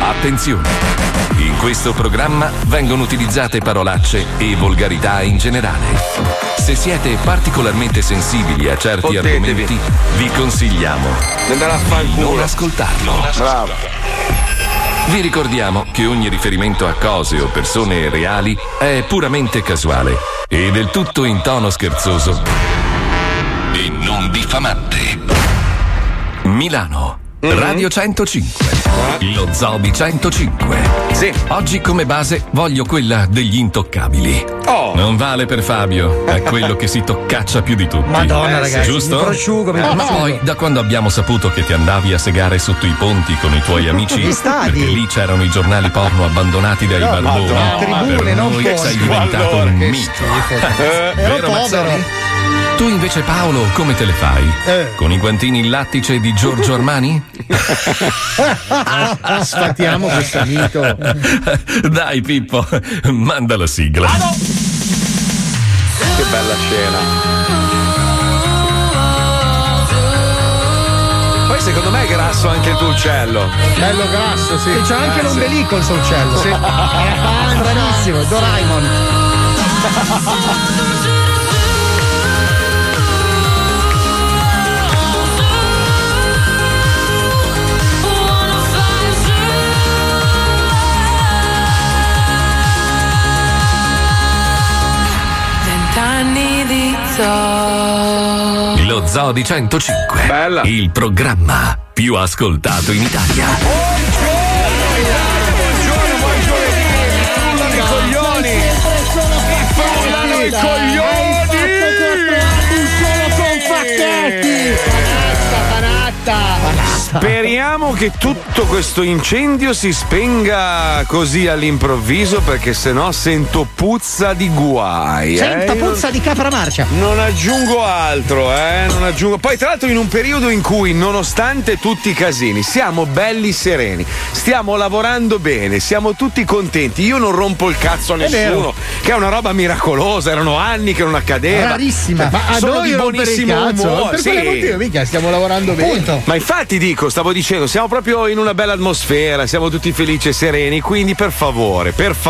Attenzione! In questo programma vengono utilizzate parolacce e volgarità in generale. Se siete particolarmente sensibili a certi argomenti, vi consigliamo di non ascoltarlo. Bravo. Vi ricordiamo che ogni riferimento a cose o persone reali è puramente casuale e del tutto in tono scherzoso e non diffamante. Milano, Radio 105, lo Zoo di 105. Sì. Oggi come base voglio quella degli intoccabili. Non vale per Fabio, è quello che si toccaccia più di tutti. Madonna, ragazzi, giusto? mi prosciugo. Ma poi, da quando abbiamo saputo che ti andavi a segare sotto i ponti con i tuoi amici, perché lì c'erano i giornali porno abbandonati dai barboni, per noi sei diventato un mito. Vero, Mazzoli? Tu invece, Paolo, come te le fai? Con i guantini in lattice di Giorgio Armani? Sfatiamo questo mito. Dai, Pippo, manda la sigla. Che bella scena. Poi secondo me è grasso anche il tuo uccello. Bello grasso, sì. E c'ha anche l'ombelico il suo uccello. Sì. Bravissimo, Doraemon. Lo Zoo di 105. Bella. Il programma più ascoltato in Italia. Buongiorno, buon giovedì. Parlano i coglioni. Parlano i coglioni. Speriamo che tutto questo incendio si spenga così all'improvviso, perché sennò sento puzza di guai. Sento puzza di capra marcia. Non aggiungo altro, non aggiungo. Poi tra l'altro in un periodo in cui, nonostante tutti i casini, siamo belli sereni, stiamo lavorando bene, siamo tutti contenti. Io non rompo il cazzo a nessuno, che è una roba miracolosa, erano anni che non accadeva. Rarissima. Ma a sono noi di buonissimo umore. Per Sì. quale motivo? Mica stiamo lavorando bene. Punto. Ma infatti dico, stavo dicendo, siamo proprio in una bella atmosfera, siamo tutti felici e sereni, quindi per favore,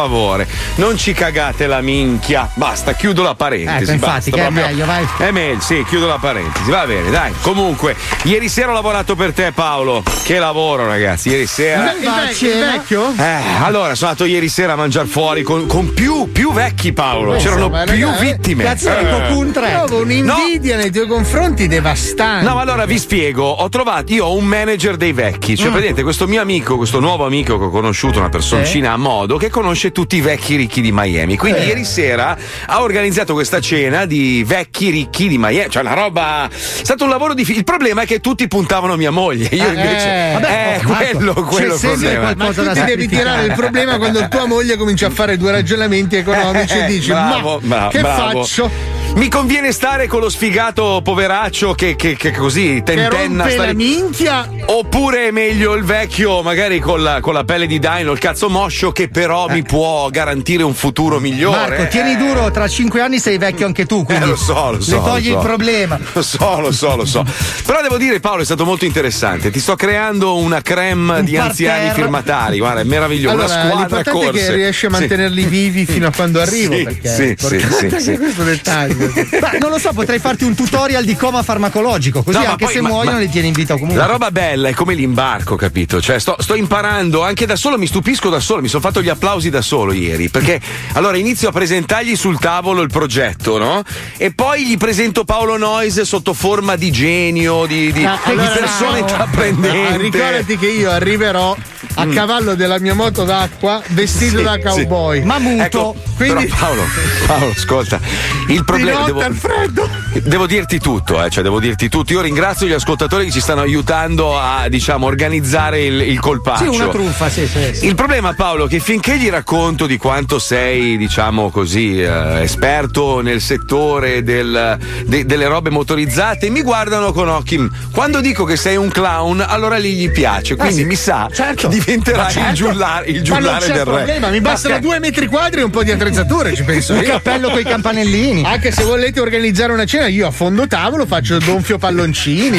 non ci cagate la minchia. Basta, chiudo la parentesi. Ecco, infatti, basta, che è meglio, vai. È meglio, sì, chiudo la parentesi, va bene, dai. Comunque, ieri sera ho lavorato per te, Paolo. Che lavoro, ragazzi, ieri sera. Il vecchio? Allora, sono andato ieri sera a mangiare fuori con più vecchi, Paolo. C'erano più vittime. Cazzo, è Cocoon 3. Trovo un'invidia nei tuoi confronti devastante. No, ma allora vi spiego. Io ho un manager dei vecchi, cioè vedete questo mio amico, questo nuovo amico che ho conosciuto, una personcina a modo, che conosce tutti i vecchi ricchi di Miami. Quindi ieri sera ha organizzato questa cena di vecchi ricchi di Miami, cioè una roba, è stato un lavoro difficile. Il problema è che tutti puntavano mia moglie, io invece quello C'è il sempre problema. qualcosa da ti devi tirare il problema quando tua moglie comincia a fare due ragionamenti economici e dici bravo. faccio? Mi conviene stare con lo sfigato poveraccio che così tentenna la minchia, oppure è meglio il vecchio magari con la pelle di daino, il cazzo moscio, che però mi può garantire un futuro migliore. Marco, tieni duro, tra 5 anni sei vecchio anche tu, quindi lo so. le togli il problema. Lo so. Però devo dire, Paolo, è stato molto interessante. Ti sto creando una crème di anziani firmatari. Guarda, è meraviglioso. Allora, una squadra l'importante corse. è che riesci a mantenerli vivi fino a quando arrivo. Sì, perché sì. questo dettaglio. Ma non lo so, potrei farti un tutorial di coma farmacologico, così No, ma anche poi- se ma- muoiono ma- li tieni in vita comunque. La roba bella è come l'imbarco, capito? Cioè, sto imparando anche da solo, mi stupisco da solo, mi sono fatto gli applausi da solo ieri. Perché allora inizio a presentargli sul tavolo il progetto, no? E poi gli presento Paolo Noyes sotto forma di genio, di persona intraprendente. Ricordati che io arriverò a cavallo della mia moto d'acqua vestito da cowboy. Ma muto. Ecco, quindi però Paolo, ascolta, il problema di notte al freddo. Devo dirti tutto, devo dirti tutto. Io ringrazio gli ascoltatori che ci stanno aiutando a, diciamo, organizzare il colpaccio. Sì, una truffa, sì. Il problema, Paolo, è che finché gli racconto di quanto sei, diciamo così, esperto nel settore delle robe motorizzate, mi guardano con occhi. Quando dico che sei un clown, allora lì gli piace. Quindi mi sa che di diventerà il giullare ma non c'è del problema, re. mi bastano 2 metri quadri e un po' di attrezzature, ci penso Un io. cappello con i campanellini. Anche se volete organizzare una cena, io affondo tavolo, faccio gonfio palloncini,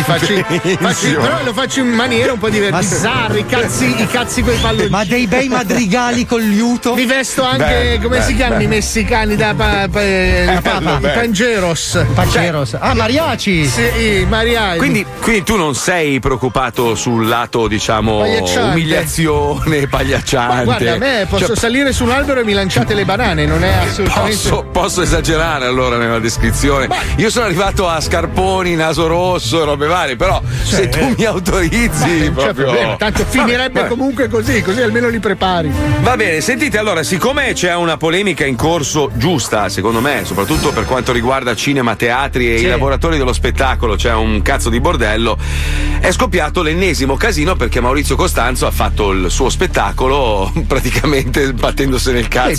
però lo faccio in maniera un po' bizzarra, i cazzi coi palloncini. Ma dei bei madrigali col liuto. Mi vesto anche, si chiamano i messicani da i pangeros. Mariachi. Sì, mariachi. Quindi tu non sei preoccupato sul lato, diciamo, umiliazione, pagliacciante. Ma guarda, a me posso salire su un albero e mi lanciate le banane, non è assolutamente. Posso esagerare allora nella descrizione. Io sono arrivato a scarponi, naso rosso e robe varie, però se tu mi autorizzi proprio. Tanto finirebbe comunque così almeno li prepari. Va bene, sentite, allora, siccome c'è una polemica in corso giusta, secondo me, soprattutto per quanto riguarda cinema, teatri e i lavoratori dello spettacolo, c'è un cazzo di bordello, è scoppiato l'ennesimo casino perché Maurizio Costanzo ha fatto il suo spettacolo praticamente battendose nel cazzo.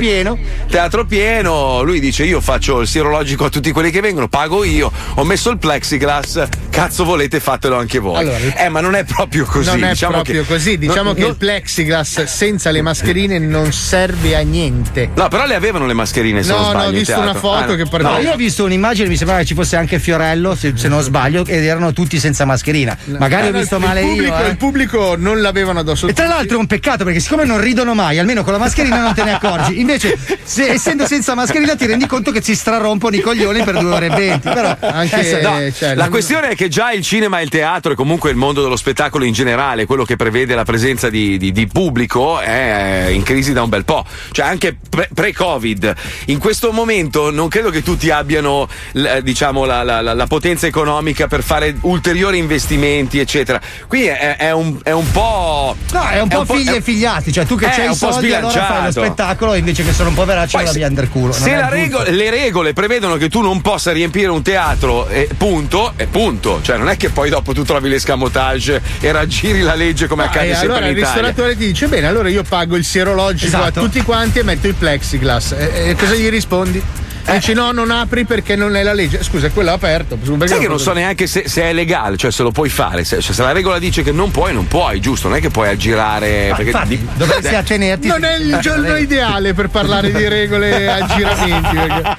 Teatro pieno, lui dice io faccio il sierologico a tutti quelli che vengono, pago io, ho messo il plexiglass, cazzo volete fatelo anche voi. Allora, ma non è proprio così. Non è proprio così, diciamo che il plexiglass senza le mascherine non serve a niente. No, però le avevano le mascherine, se non sbaglio. No, ho visto una foto che No, io ho visto un'immagine, mi sembrava che ci fosse anche Fiorello, se non sbaglio, ed erano tutti senza mascherina. Magari ho visto male io. Il pubblico non l'avevano addosso. E tra l'altro è un peccato perché siccome non ridono mai, almeno con la mascherina non te ne accorgi. Invece, essendo senza mascherina, ti rendi conto che si strarompono i coglioni per 2 ore e 20. Però anche la questione è che già il cinema e il teatro e comunque il mondo dello spettacolo in generale, quello che prevede la presenza di pubblico, è in crisi da un bel po'. Cioè anche pre-Covid. In questo momento non credo che tutti abbiano diciamo la potenza economica per fare ulteriori investimenti, eccetera. Qui è un po'. No, è un po' figli e figliati, cioè tu che c'hai i soldi allora fai lo spettacolo invece che sono un poveraccio la via under culo. Se le regole prevedono che tu non possa riempire un teatro, punto, cioè non è che poi dopo tu trovi l'escamotage e raggiri la legge come accade sempre allora in Italia. Il ristoratore ti dice bene, allora io pago il sierologico a tutti quanti e metto il plexiglass. E cosa gli rispondi? Dici no, non apri perché non è la legge. Scusa, quello è aperto. Sai che non so neanche se è legale, cioè se lo puoi fare. Se la regola dice che non puoi, giusto? Non è che puoi aggirare. Perché dovresti attenerti. Non è il giorno ideale per parlare di regole e aggiramenti.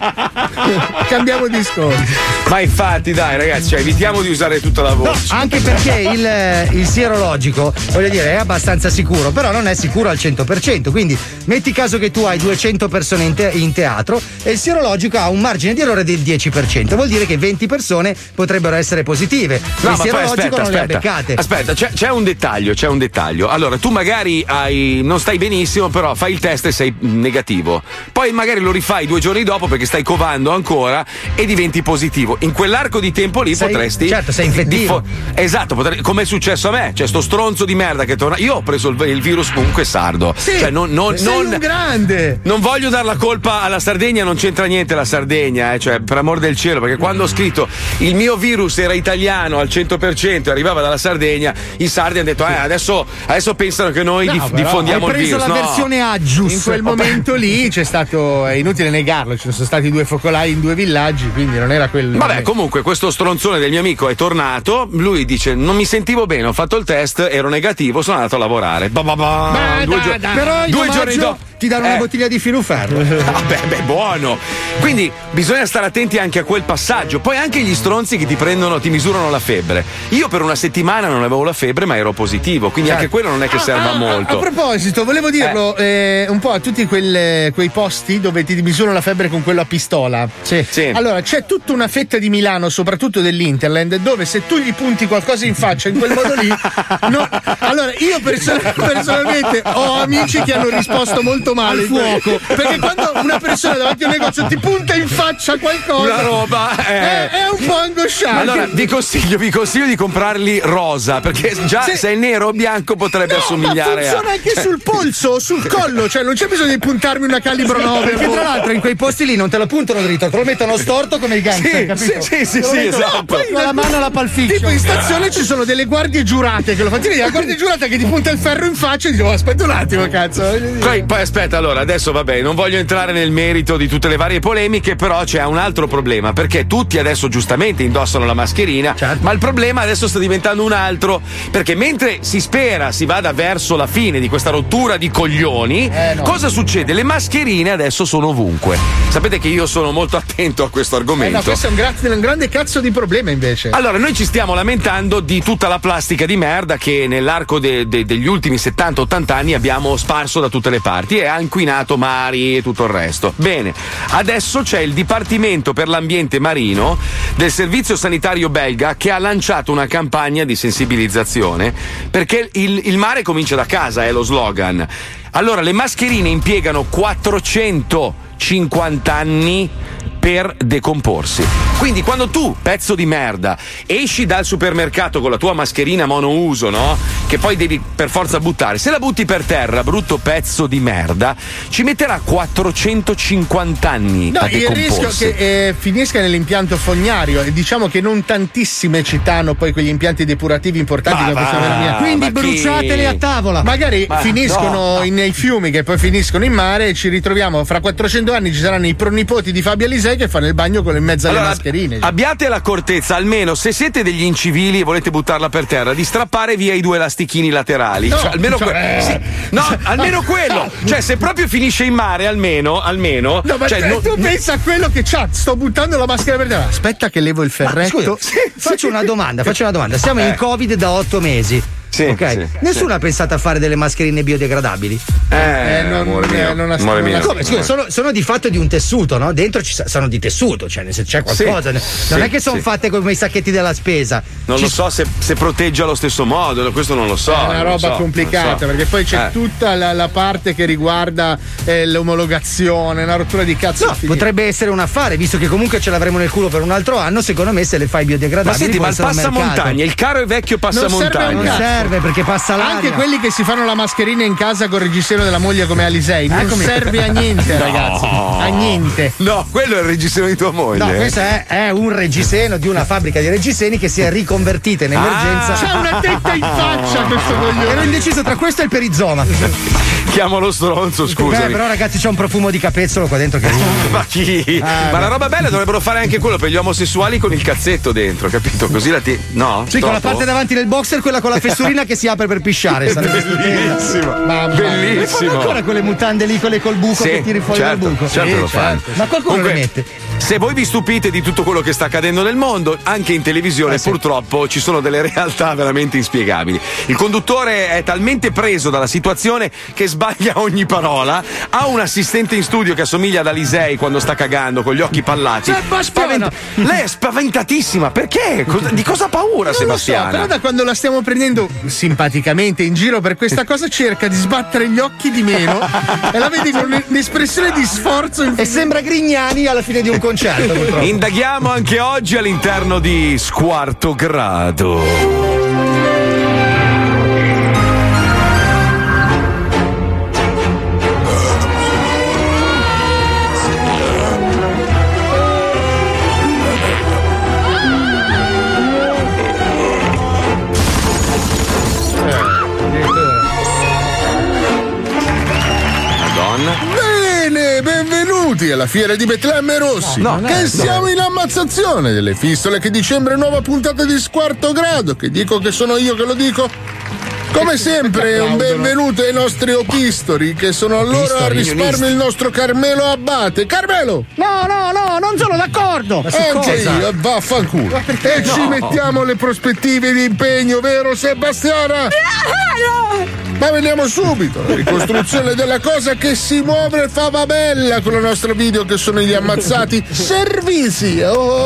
Cambiamo discorso. Ma infatti, dai, ragazzi, cioè, evitiamo di usare tutta la voce. No, anche perché il sierologico, voglio dire, è abbastanza sicuro, però non è sicuro al 100%. Quindi metti caso che tu hai 200 persone in teatro e il sierologico ha un margine di errore del 10%, vuol dire che 20 persone potrebbero essere positive. No, il sierologico non le ha beccate. Aspetta, c'è un dettaglio. Allora, tu magari non stai benissimo, però fai il test e sei negativo. Poi magari lo rifai 2 giorni dopo perché stai covando ancora e diventi positivo. In quell'arco di tempo lì potresti. Certo, sei infettivo. Esatto, come è successo a me. Cioè, sto stronzo di merda che torna. Io ho preso il virus comunque sardo. Sì, cioè, sei un grande. Non voglio dar la colpa alla Sardegna, non c'entra niente la Sardegna, cioè, per amor del cielo, perché quando ho scritto il mio virus era italiano al 100% e arrivava dalla Sardegna, i sardi hanno detto adesso pensano che noi diffondiamo il virus. Hai preso la versione Aggius. In quel momento lì c'è stato, è inutile negarlo, ci sono stati 2 focolai in 2 villaggi, quindi non era quello. Vabbè, comunque questo stronzone del mio amico è tornato, lui dice non mi sentivo bene, ho fatto il test, ero negativo, sono andato a lavorare. Però 2 giorni dopo ti danno una bottiglia di filoferro. Beh, buono. Quindi bisogna stare attenti anche a quel passaggio. Poi anche gli stronzi che ti misurano la febbre. Io per una settimana non avevo la febbre, ma ero positivo, quindi anche quello non è che serva molto. A proposito, volevo dirlo un po' a tutti quei posti dove ti misurano la febbre con quello a pistola. Sì. Allora, c'è tutta una fetta di Milano, soprattutto dell'Interland, dove se tu gli punti qualcosa in faccia in quel modo lì, allora io personalmente ho amici che hanno risposto molto male al fuoco, perché quando una persona davanti a un negozio ti punta in faccia qualcosa, una roba è un po' angosciante. Allora vi consiglio di comprarli rosa, perché già se è nero o bianco potrebbe assomigliare ma funziona anche sul polso o sul collo, cioè non c'è bisogno di puntarmi una calibro 9, perché tra l'altro in quei posti lì non te lo puntano dritto, te lo mettono storto come il gangster, capito? Sì, esatto. Poi con la mano alla palfiction. Tipo in stazione ci sono delle guardie giurate che lo fanno, la guardia giurata che ti punta il ferro in faccia e dico aspetta un attimo, cazzo. Poi aspetta, allora, adesso vabbè, non voglio entrare nel merito di tutte le varie polemiche, però c'è un altro problema, perché tutti adesso giustamente indossano la mascherina, certo. Ma il problema adesso sta diventando un altro, perché mentre si spera si vada verso la fine di questa rottura di coglioni, cosa succede? Le mascherine adesso sono ovunque. Sapete che io sono molto attento a questo argomento. No, questo è un grande cazzo di problema invece. Allora, noi ci stiamo lamentando di tutta la plastica di merda che nell'arco degli ultimi 70-80 anni abbiamo sparso da tutte le parti e ha inquinato mari e tutto il resto. Bene, adesso c'è il Dipartimento per l'Ambiente Marino del Servizio Sanitario belga che ha lanciato una campagna di sensibilizzazione perché il mare comincia da casa, è lo slogan. Allora, le mascherine impiegano 450 anni per decomporsi. Quindi quando tu, pezzo di merda, esci dal supermercato con la tua mascherina monouso, no? Che poi devi per forza buttare. Se la butti per terra, brutto pezzo di merda, ci metterà 450 anni a decomporsi. Il rischio che finisca nell'impianto fognario, e diciamo che non tantissime città hanno poi quegli impianti depurativi importanti come questa mia. Quindi bruciateli a tavola. Magari finiscono nei fiumi che poi finiscono in mare e ci ritroviamo fra 400 anni ci saranno i pronipoti di Fabio Alisei che fanno il bagno con in mezzo alle mascherine. Abbiate l'accortezza, almeno se siete degli incivili e volete buttarla per terra, di strappare via i 2 elastichini laterali. No, cioè, almeno almeno quello. Cioè, se proprio finisce in mare, almeno. No, ma tu pensa a quello che c'ha. Sto buttando la maschera per terra. Aspetta che levo il ferretto. Faccio una domanda. Siamo in Covid da 8 mesi. Sì, ok, nessuno ha pensato a fare delle mascherine biodegradabili? Amore mio. Come? Scusa, sono di fatto di un tessuto, no? Dentro sono di tessuto, cioè se c'è qualcosa. Non è che sono fatte come i sacchetti della spesa. Non lo so se protegge allo stesso modo, questo non lo so. È una roba complicata, perché poi c'è tutta la parte che riguarda l'omologazione, una rottura di cazzo. No, potrebbe essere un affare, visto che comunque ce l'avremo nel culo per un altro anno. Secondo me, se le fai biodegradabili. Ma senti, ma il passamontagna, il caro e vecchio passamontagna. Non serve perché passa l'aria. Anche quelli che si fanno la mascherina in casa con il reggiseno della moglie come Alisei non serve a niente, ragazzi. A niente. No, quello è il reggiseno di tua moglie. No, questo è un reggiseno di una fabbrica di reggiseni che si è riconvertita in emergenza. C'è una tetta in faccia questo coglione. Ero indeciso tra questo e il perizoma. Chiamo lo stronzo, scusami. Però ragazzi, c'è un profumo di capezzolo qua dentro che ma chi? Ma la roba bella dovrebbero fare anche quello per gli omosessuali con il cazzetto dentro, capito? Così no? Sì, con la parte davanti del boxer, quella con la fessurina che si apre per pisciare. Bellissimo. Bellissimo. Ma ancora quelle mutande lì, quelle col buco che tiri fuori dal buco. Certo, lo fanno. Ma qualcuno le mette. Se voi vi stupite di tutto quello che sta accadendo nel mondo, anche in televisione purtroppo ci sono delle realtà veramente inspiegabili. Il conduttore è talmente preso dalla situazione che sbaglia ogni parola, ha un assistente in studio che assomiglia ad Alisei quando sta cagando con gli occhi pallati. Lei è spaventatissima, perché? Di cosa ha paura Sebastiana? Lo so, però da quando la stiamo prendendo simpaticamente in giro per questa cosa cerca di sbattere gli occhi di meno e la vedi con un'espressione di sforzo e sembra Grignani alla fine di un concerto. Purtroppo. Indaghiamo anche oggi all'interno di Squarto Grado. Alla fiera di Betlemme Rossi, siamo in ammazzazione delle fistole, che dicembre nuova puntata di Squarto Grado, che dico che sono io che lo dico. Come sempre un benvenuto ai nostri opistori, che sono loro a risparmio il nostro Carmelo Abbate. Carmelo! No, non sono d'accordo! Vaffanculo! E ci mettiamo le prospettive di impegno, vero Sebastiana? Ma veniamo subito, la ricostruzione della cosa che si muove fava bella con la nostra video, che sono gli ammazzati servizi.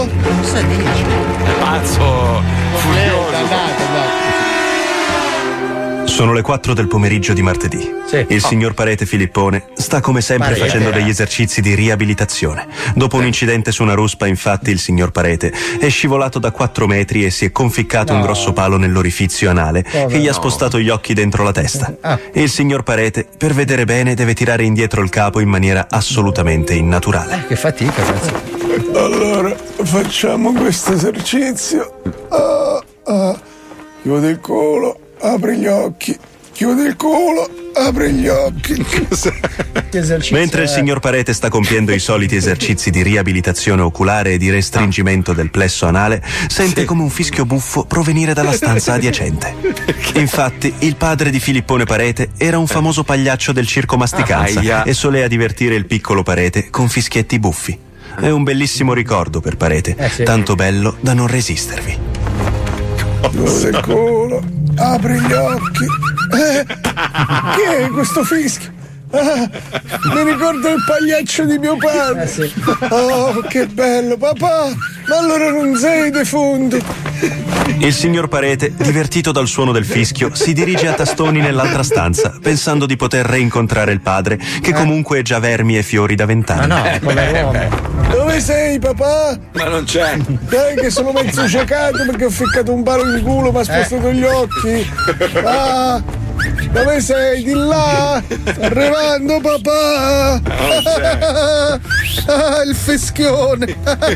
Pazzo, furioso. Sono le 4 del pomeriggio di martedì. Il signor Parete Filippone sta come sempre facendo degli esercizi di riabilitazione. Dopo un incidente su una ruspa, infatti, il signor Parete è scivolato da 4 metri e si è conficcato un grosso palo nell'orifizio anale che gli ha spostato gli occhi dentro la testa. E il signor Parete, per vedere bene, deve tirare indietro il capo in maniera assolutamente innaturale. Che fatica, ragazzi. Allora, facciamo questo esercizio. Chiudi il culo. Apri gli occhi, chiudi il culo, apri gli occhi. Mentre il signor Parete sta compiendo i soliti esercizi di riabilitazione oculare e di restringimento del plesso anale, sente come un fischio buffo provenire dalla stanza adiacente. Infatti, il padre di Filippone Parete era un famoso pagliaccio del circo Masticanza e solea divertire il piccolo Parete con fischietti buffi. È un bellissimo ricordo per Parete, tanto bello da non resistervi. Culo, apri gli occhi. Che è questo fischio? Mi ricordo il pagliaccio di mio padre. Oh, che bello, papà! Ma allora non sei defunto. Il signor Parete, divertito dal suono del fischio, si dirige a tastoni nell'altra stanza, pensando di poter reincontrare il padre, che comunque è già vermi e fiori da 20 anni. Dove sei, papà? Ma non c'è. Dai, che sono mezzo ciecato perché ho ficcato un palo in culo, mi ha spostato gli occhi. Ah, dove sei? Di là! Sta arrivando, papà! Ah, il fischione!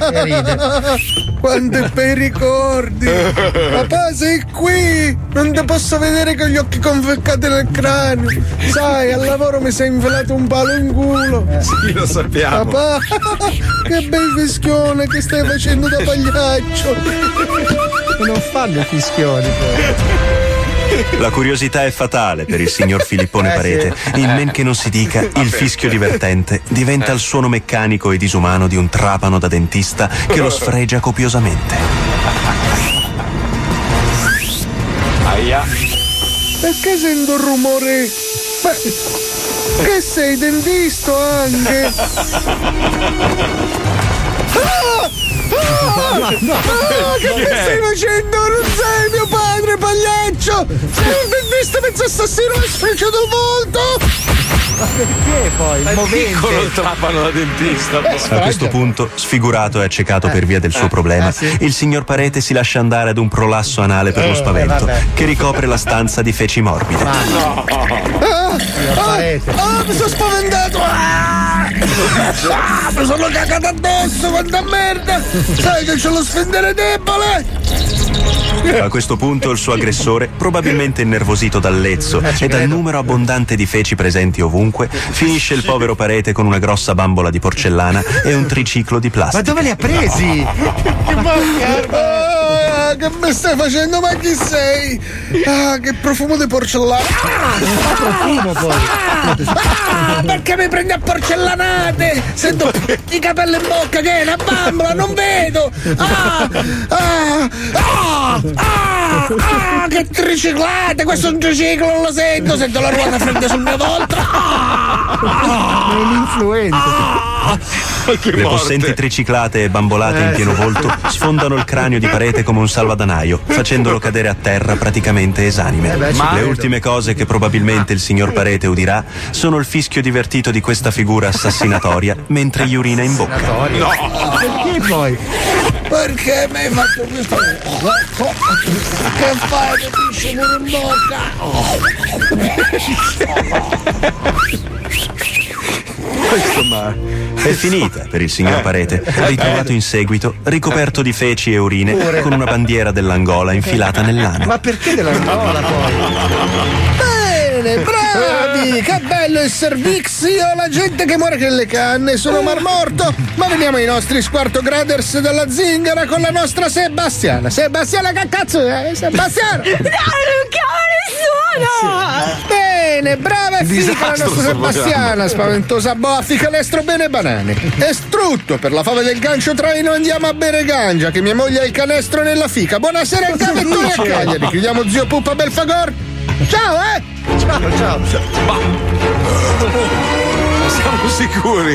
Quanti bei ricordi! Papà, sei qui! Non ti posso vedere con gli occhi conficcati nel cranio! Sai, al lavoro mi sei infilato un palo in culo! Sì, lo sappiamo! Papà, che bel fischione che stai facendo da pagliaccio! Non fanno i fischioni poi. La curiosità è fatale per il signor Filippone Parete. In men che non si dica, il fischio divertente diventa il suono meccanico e disumano di un trapano da dentista che lo sfregia copiosamente. Aia. Perché sento un rumore? Ma che sei dentista anche? Che mi stai facendo? Non sei mio padre, pagliaccio! Sei un dentista mezzo assassino, mi hai sfrecciato il volto! Ma perché poi? È piccolo il trapano da dentista. A questo punto, sfigurato e accecato per via del suo problema, il signor Parete si lascia andare ad un prolasso anale per lo spavento, che ricopre la stanza di feci morbide. Mi sono spaventato! Mi sono cagato addosso, quanta merda! Sai che c'ho lo sfendere debole! A questo punto il suo aggressore, probabilmente innervosito dal lezzo e dal numero abbondante di feci presenti ovunque, finisce il povero Parete con una grossa bambola di porcellana e un triciclo di plastica. Ma dove li ha presi? Che mi stai facendo? Ma chi sei? Ah, che profumo di porcellana! Profumo poi! Perché mi prendi a porcellanate? Sento i capelli in bocca, che è una bambola, non vedo! Che triciclate! Questo è un triciclo, non lo sento la ruota fredda sul mio volto! È un influente! Le possenti triciclate e bambolate in pieno volto sfondano il cranio di Parete come un salvadanaio, facendolo cadere a terra praticamente esanime. Le ultime cose che probabilmente il signor Parete udirà sono il fischio divertito di questa figura assassinatoria mentre gli urina in bocca. No! Perché poi? Perché mi hai fatto questo? Che fai che ti scemo in bocca? È finita per il signor Parete, ritrovato in seguito, ricoperto di feci e urine, con una bandiera dell'Angola infilata nell'ano. Ma perché dell'Angola poi? Bene, bravi! Che bello il servizio! La gente che muore che le canne, sono morto! Ma veniamo ai nostri squarto graders della zingara con la nostra Sebastiana. Sebastiana, che cazzo è? Sebastiana! No, non chiamo nessuno! Bene, brava e figa la nostra Sebastiana, spaventosa boffi, canestro bene banane. E strutto, per la fave del gancio traino andiamo a bere gangia, che mia moglie ha il canestro nella fica. Buonasera al Cavettone a Cagliari, chiudiamo zio Puppa Belfagor. Ciao, Ciao! Ma siamo sicuri?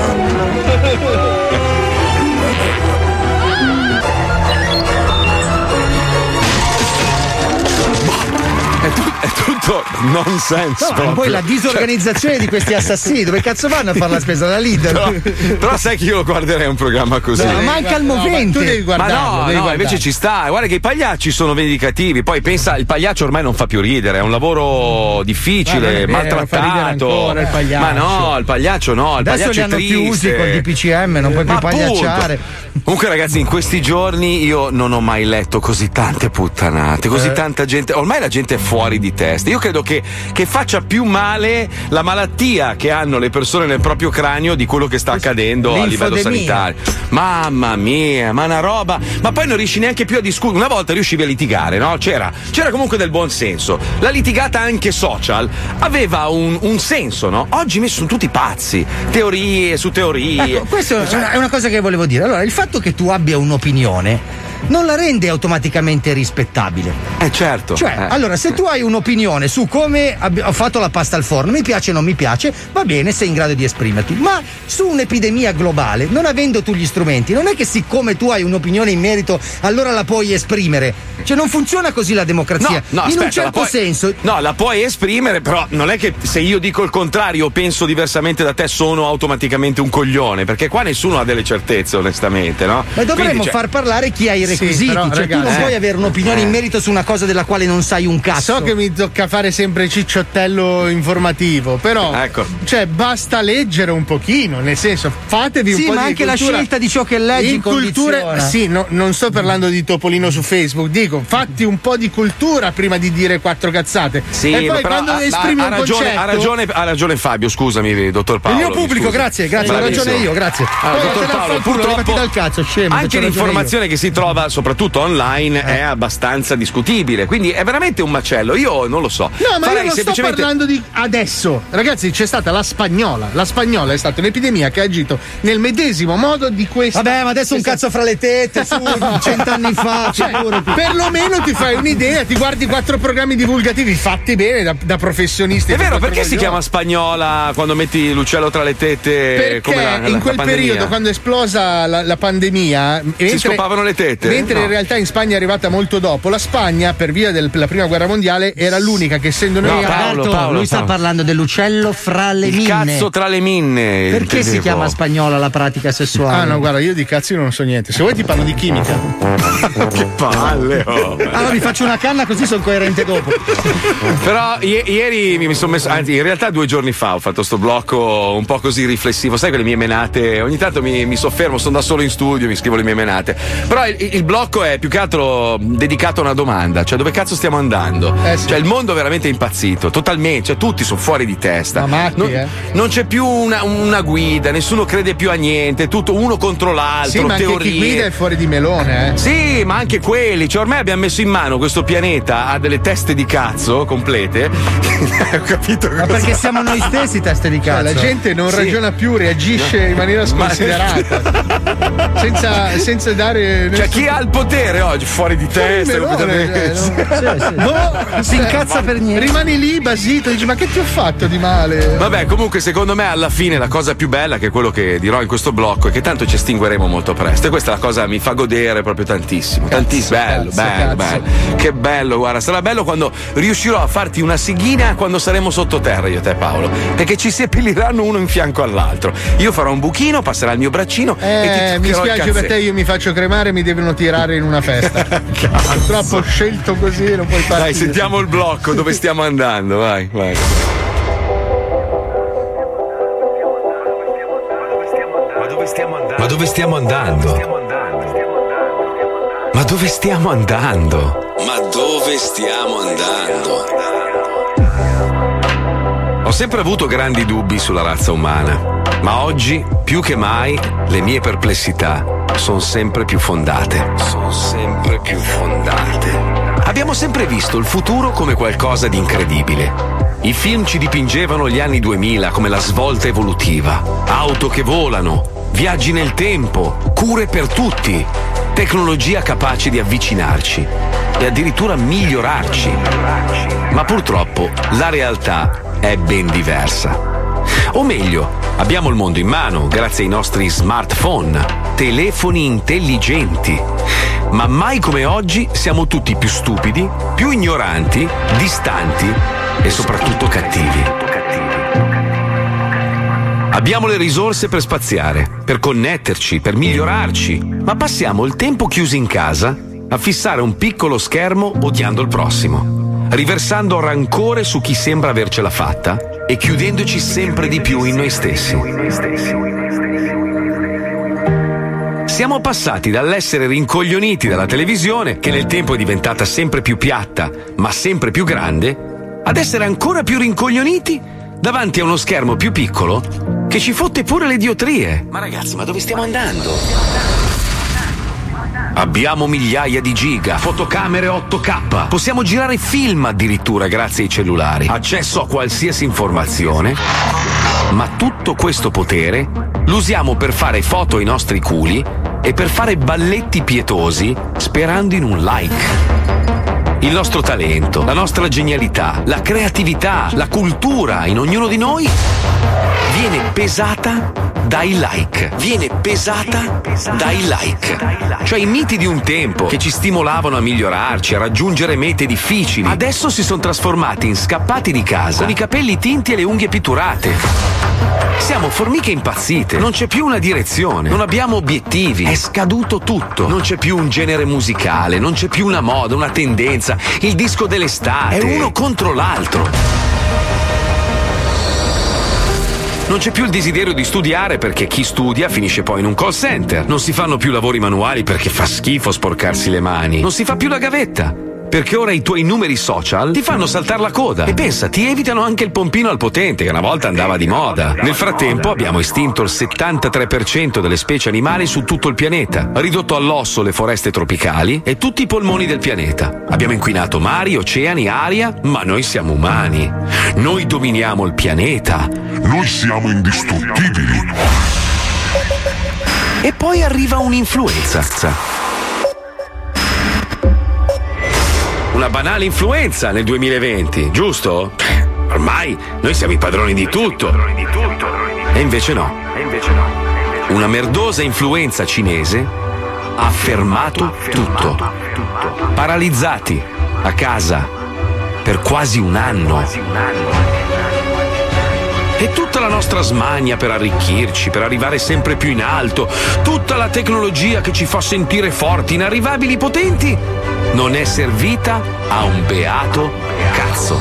È tutto nonsense. No, ma poi la disorganizzazione di questi assassini, dove cazzo vanno a fare la spesa da leader? Però sai che io lo guarderei un programma così. No, manca il movente. tu devi guardarlo. Ma no, invece ci sta. Guarda che i pagliacci sono vendicativi. Poi pensa, il pagliaccio ormai non fa più ridere, è un lavoro difficile, maltrattato. Il pagliaccio. Ma no, il pagliaccio no, il Adesso pagliaccio li hanno è triste. chiusi col DPCM, non puoi più pagliacciare. Comunque ragazzi, in questi giorni io non ho mai letto così tante puttanate, così tanta gente. Ormai la gente è fuori di testa. Io credo che faccia più male la malattia che hanno le persone nel proprio cranio di quello che sta accadendo a livello sanitario. Mamma mia, ma una roba. Ma poi non riesci neanche più a discutere. Una volta riuscivi a litigare, no? C'era comunque del buon senso. La litigata anche social aveva un senso, no? Oggi sono tutti pazzi, teorie su teorie. Ecco, questo è una cosa che volevo dire. Allora, il fatto che tu abbia un'opinione non la rende automaticamente rispettabile. Certo. Cioè, allora, se tu hai un'opinione su come ho fatto la pasta al forno, mi piace o non mi piace, va bene, sei in grado di esprimerti. Ma su un'epidemia globale, non avendo tu gli strumenti, non è che siccome tu hai un'opinione in merito, allora la puoi esprimere. Cioè, non funziona così la democrazia. No, in aspetta, un certo senso. No, la puoi esprimere, però non è che se io dico il contrario o penso diversamente da te sono automaticamente un coglione, perché qua nessuno ha delle certezze, onestamente, no? Ma dovremmo far parlare chi ha i requisiti. Però, cioè, ragazzi, tu non puoi avere un'opinione in merito su una cosa della quale non sai un cazzo. So che mi tocca fare sempre cicciottello informativo, però cioè basta leggere un pochino, nel senso, fatevi un po' di cultura. Sì, ma anche la scelta di ciò che leggi in cultura. Sì, non sto parlando di Topolino su Facebook, dico, fatti un po' di cultura prima di dire 4 cazzate. Sì, e poi quando esprimi un concetto. Ha ragione Fabio, scusami, dottor Paolo. Il mio pubblico, grazie, ho ragione io, grazie. Dottor Paolo, purtroppo dal cazzo, scemo, anche l'informazione che si trova soprattutto online è abbastanza discutibile, quindi è veramente un macello. Io non lo so. No, ma io non sto parlando di adesso. Ragazzi, c'è stata la spagnola. La spagnola è stata un'epidemia che ha agito nel medesimo modo di questa. Vabbè, ma adesso un cazzo fra le tette, su 100 anni fa. Cioè, perlomeno ti fai un'idea, ti guardi 4 programmi divulgativi fatti bene da professionisti. È vero, perché si chiama spagnola quando metti l'uccello tra le tette? Perché come in quel periodo, quando è esplosa la pandemia, si scopavano le tette. Mentre in realtà in Spagna è arrivata molto dopo. La Spagna, per via della prima guerra mondiale, era l'unica che, essendo noi. Paolo, lui sta parlando dell'uccello fra le minne. Cazzo tra le minne. Perché si chiama spagnola la pratica sessuale? Ah no, guarda, io di cazzi non so niente. Se vuoi ti parlo di chimica. Che palle. Allora mi faccio una canna così sono coerente dopo. Però ieri mi sono messo, anzi in realtà 2 giorni fa ho fatto sto blocco un po' così riflessivo, sai, quelle mie menate. Ogni tanto mi soffermo, sono da solo in studio, mi scrivo le mie menate. Però il blocco è più che altro dedicato a una domanda, cioè dove cazzo stiamo andando? Sì. Cioè il mondo è veramente impazzito, totalmente, cioè tutti sono fuori di testa. Non c'è più una guida, nessuno crede più a niente, tutto uno contro l'altro, sì, ma teorie. Anche chi guida è fuori di melone, Sì, ma anche quelli, cioè ormai abbiamo messo in mano questo pianeta, ha delle teste di cazzo complete. Ho capito. Ma perché siamo noi stessi teste di cazzo? La gente non ragiona più, reagisce in maniera sconsiderata. senza dare. Cioè chi ha il potere oggi fuori di testa completamente. Si incazza per niente. Rimani lì basito, dici ma che ti ho fatto di male? Vabbè, comunque secondo me alla fine la cosa più bella, che è quello che dirò in questo blocco, è che tanto ci estingueremo molto presto, e questa è la cosa mi fa godere proprio tantissimo. Bello. Che bello, guarda, sarà bello quando riuscirò a farti una sighina quando saremo sottoterra io e te, Paolo, perché ci seppelliranno uno in fianco all'altro. Io farò un buchino, passerà il mio braccino e ti mi spiace per te, io mi faccio cremare e mi devono tirare in una festa. Purtroppo scelto così, non puoi fare. Dai, sentiamo il blocco, dove stiamo andando, vai. Ma dove stiamo andando? Ma dove stiamo andando? Ma dove stiamo andando? Ho sempre avuto grandi dubbi sulla razza umana, ma oggi, più che mai, le mie perplessità sono sempre più fondate. Abbiamo sempre visto il futuro come qualcosa di incredibile. I film ci dipingevano gli anni 2000 come la svolta evolutiva. Auto che volano, viaggi nel tempo, cure per tutti, tecnologia capace di avvicinarci e addirittura migliorarci. Ma purtroppo la realtà è ben diversa. O meglio, abbiamo il mondo in mano grazie ai nostri smartphone, telefoni intelligenti. Ma mai come oggi siamo tutti più stupidi, più ignoranti, distanti e soprattutto cattivi. Abbiamo le risorse per spaziare, per connetterci, per migliorarci, ma passiamo il tempo chiusi in casa a fissare un piccolo schermo odiando il prossimo, riversando rancore su chi sembra avercela fatta e chiudendoci sempre di più in noi stessi. Siamo passati dall'essere rincoglioniti dalla televisione, che nel tempo è diventata sempre più piatta, ma sempre più grande, ad essere ancora più rincoglioniti davanti a uno schermo più piccolo che ci fotte pure le diottrie. Ma ragazzi, ma dove stiamo andando? Abbiamo migliaia di giga, fotocamere 8K, possiamo girare film addirittura grazie ai cellulari, accesso a qualsiasi informazione, ma tutto questo potere lo usiamo per fare foto ai nostri culi e per fare balletti pietosi sperando in un like. Il nostro talento, la nostra genialità, la creatività, la cultura in ognuno di noi viene pesata dai like. Viene pesata dai like. Cioè i miti di un tempo che ci stimolavano a migliorarci, a raggiungere mete difficili, adesso si sono trasformati in scappati di casa con i capelli tinti e le unghie pitturate. Siamo formiche impazzite, non c'è più una direzione, non abbiamo obiettivi, è scaduto tutto, non c'è più un genere musicale, non c'è più una moda, una tendenza, il disco dell'estate, è uno contro l'altro. Non c'è più il desiderio di studiare perché chi studia finisce poi in un call center, non si fanno più lavori manuali perché fa schifo sporcarsi le mani, non si fa più la gavetta. Perché ora i tuoi numeri social ti fanno saltare la coda. E pensa, ti evitano anche il pompino al potente, che una volta andava di moda. Nel frattempo abbiamo estinto il 73% delle specie animali su tutto il pianeta, ridotto all'osso le foreste tropicali e tutti i polmoni del pianeta. Abbiamo inquinato mari, oceani, aria, ma noi siamo umani. Noi dominiamo il pianeta. Noi siamo indistruttibili. E poi arriva un'influenza. Una banale influenza nel 2020, giusto? Ormai noi siamo i padroni di tutto. E invece no. Una merdosa influenza cinese ha fermato tutto. Paralizzati a casa per quasi un anno. E tutta la nostra smania per arricchirci, per arrivare sempre più in alto, tutta la tecnologia che ci fa sentire forti, inarrivabili, potenti, non è servita a un beato cazzo.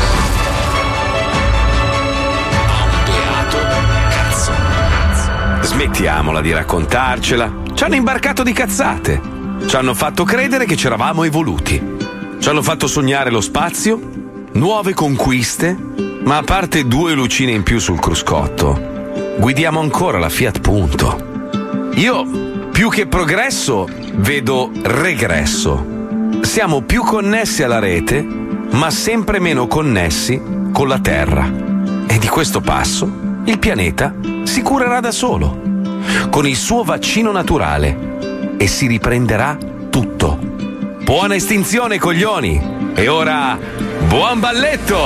A un beato cazzo. Smettiamola di raccontarcela. Ci hanno imbarcato di cazzate. Ci hanno fatto credere che c'eravamo evoluti. Ci hanno fatto sognare lo spazio, nuove conquiste, ma a parte 2 lucine in più sul cruscotto, guidiamo ancora la Fiat Punto. Io, più che progresso, vedo regresso. Siamo più connessi alla rete, ma sempre meno connessi con la Terra. E di questo passo il pianeta si curerà da solo, con il suo vaccino naturale, e si riprenderà tutto. Buona estinzione, coglioni! E ora, buon balletto!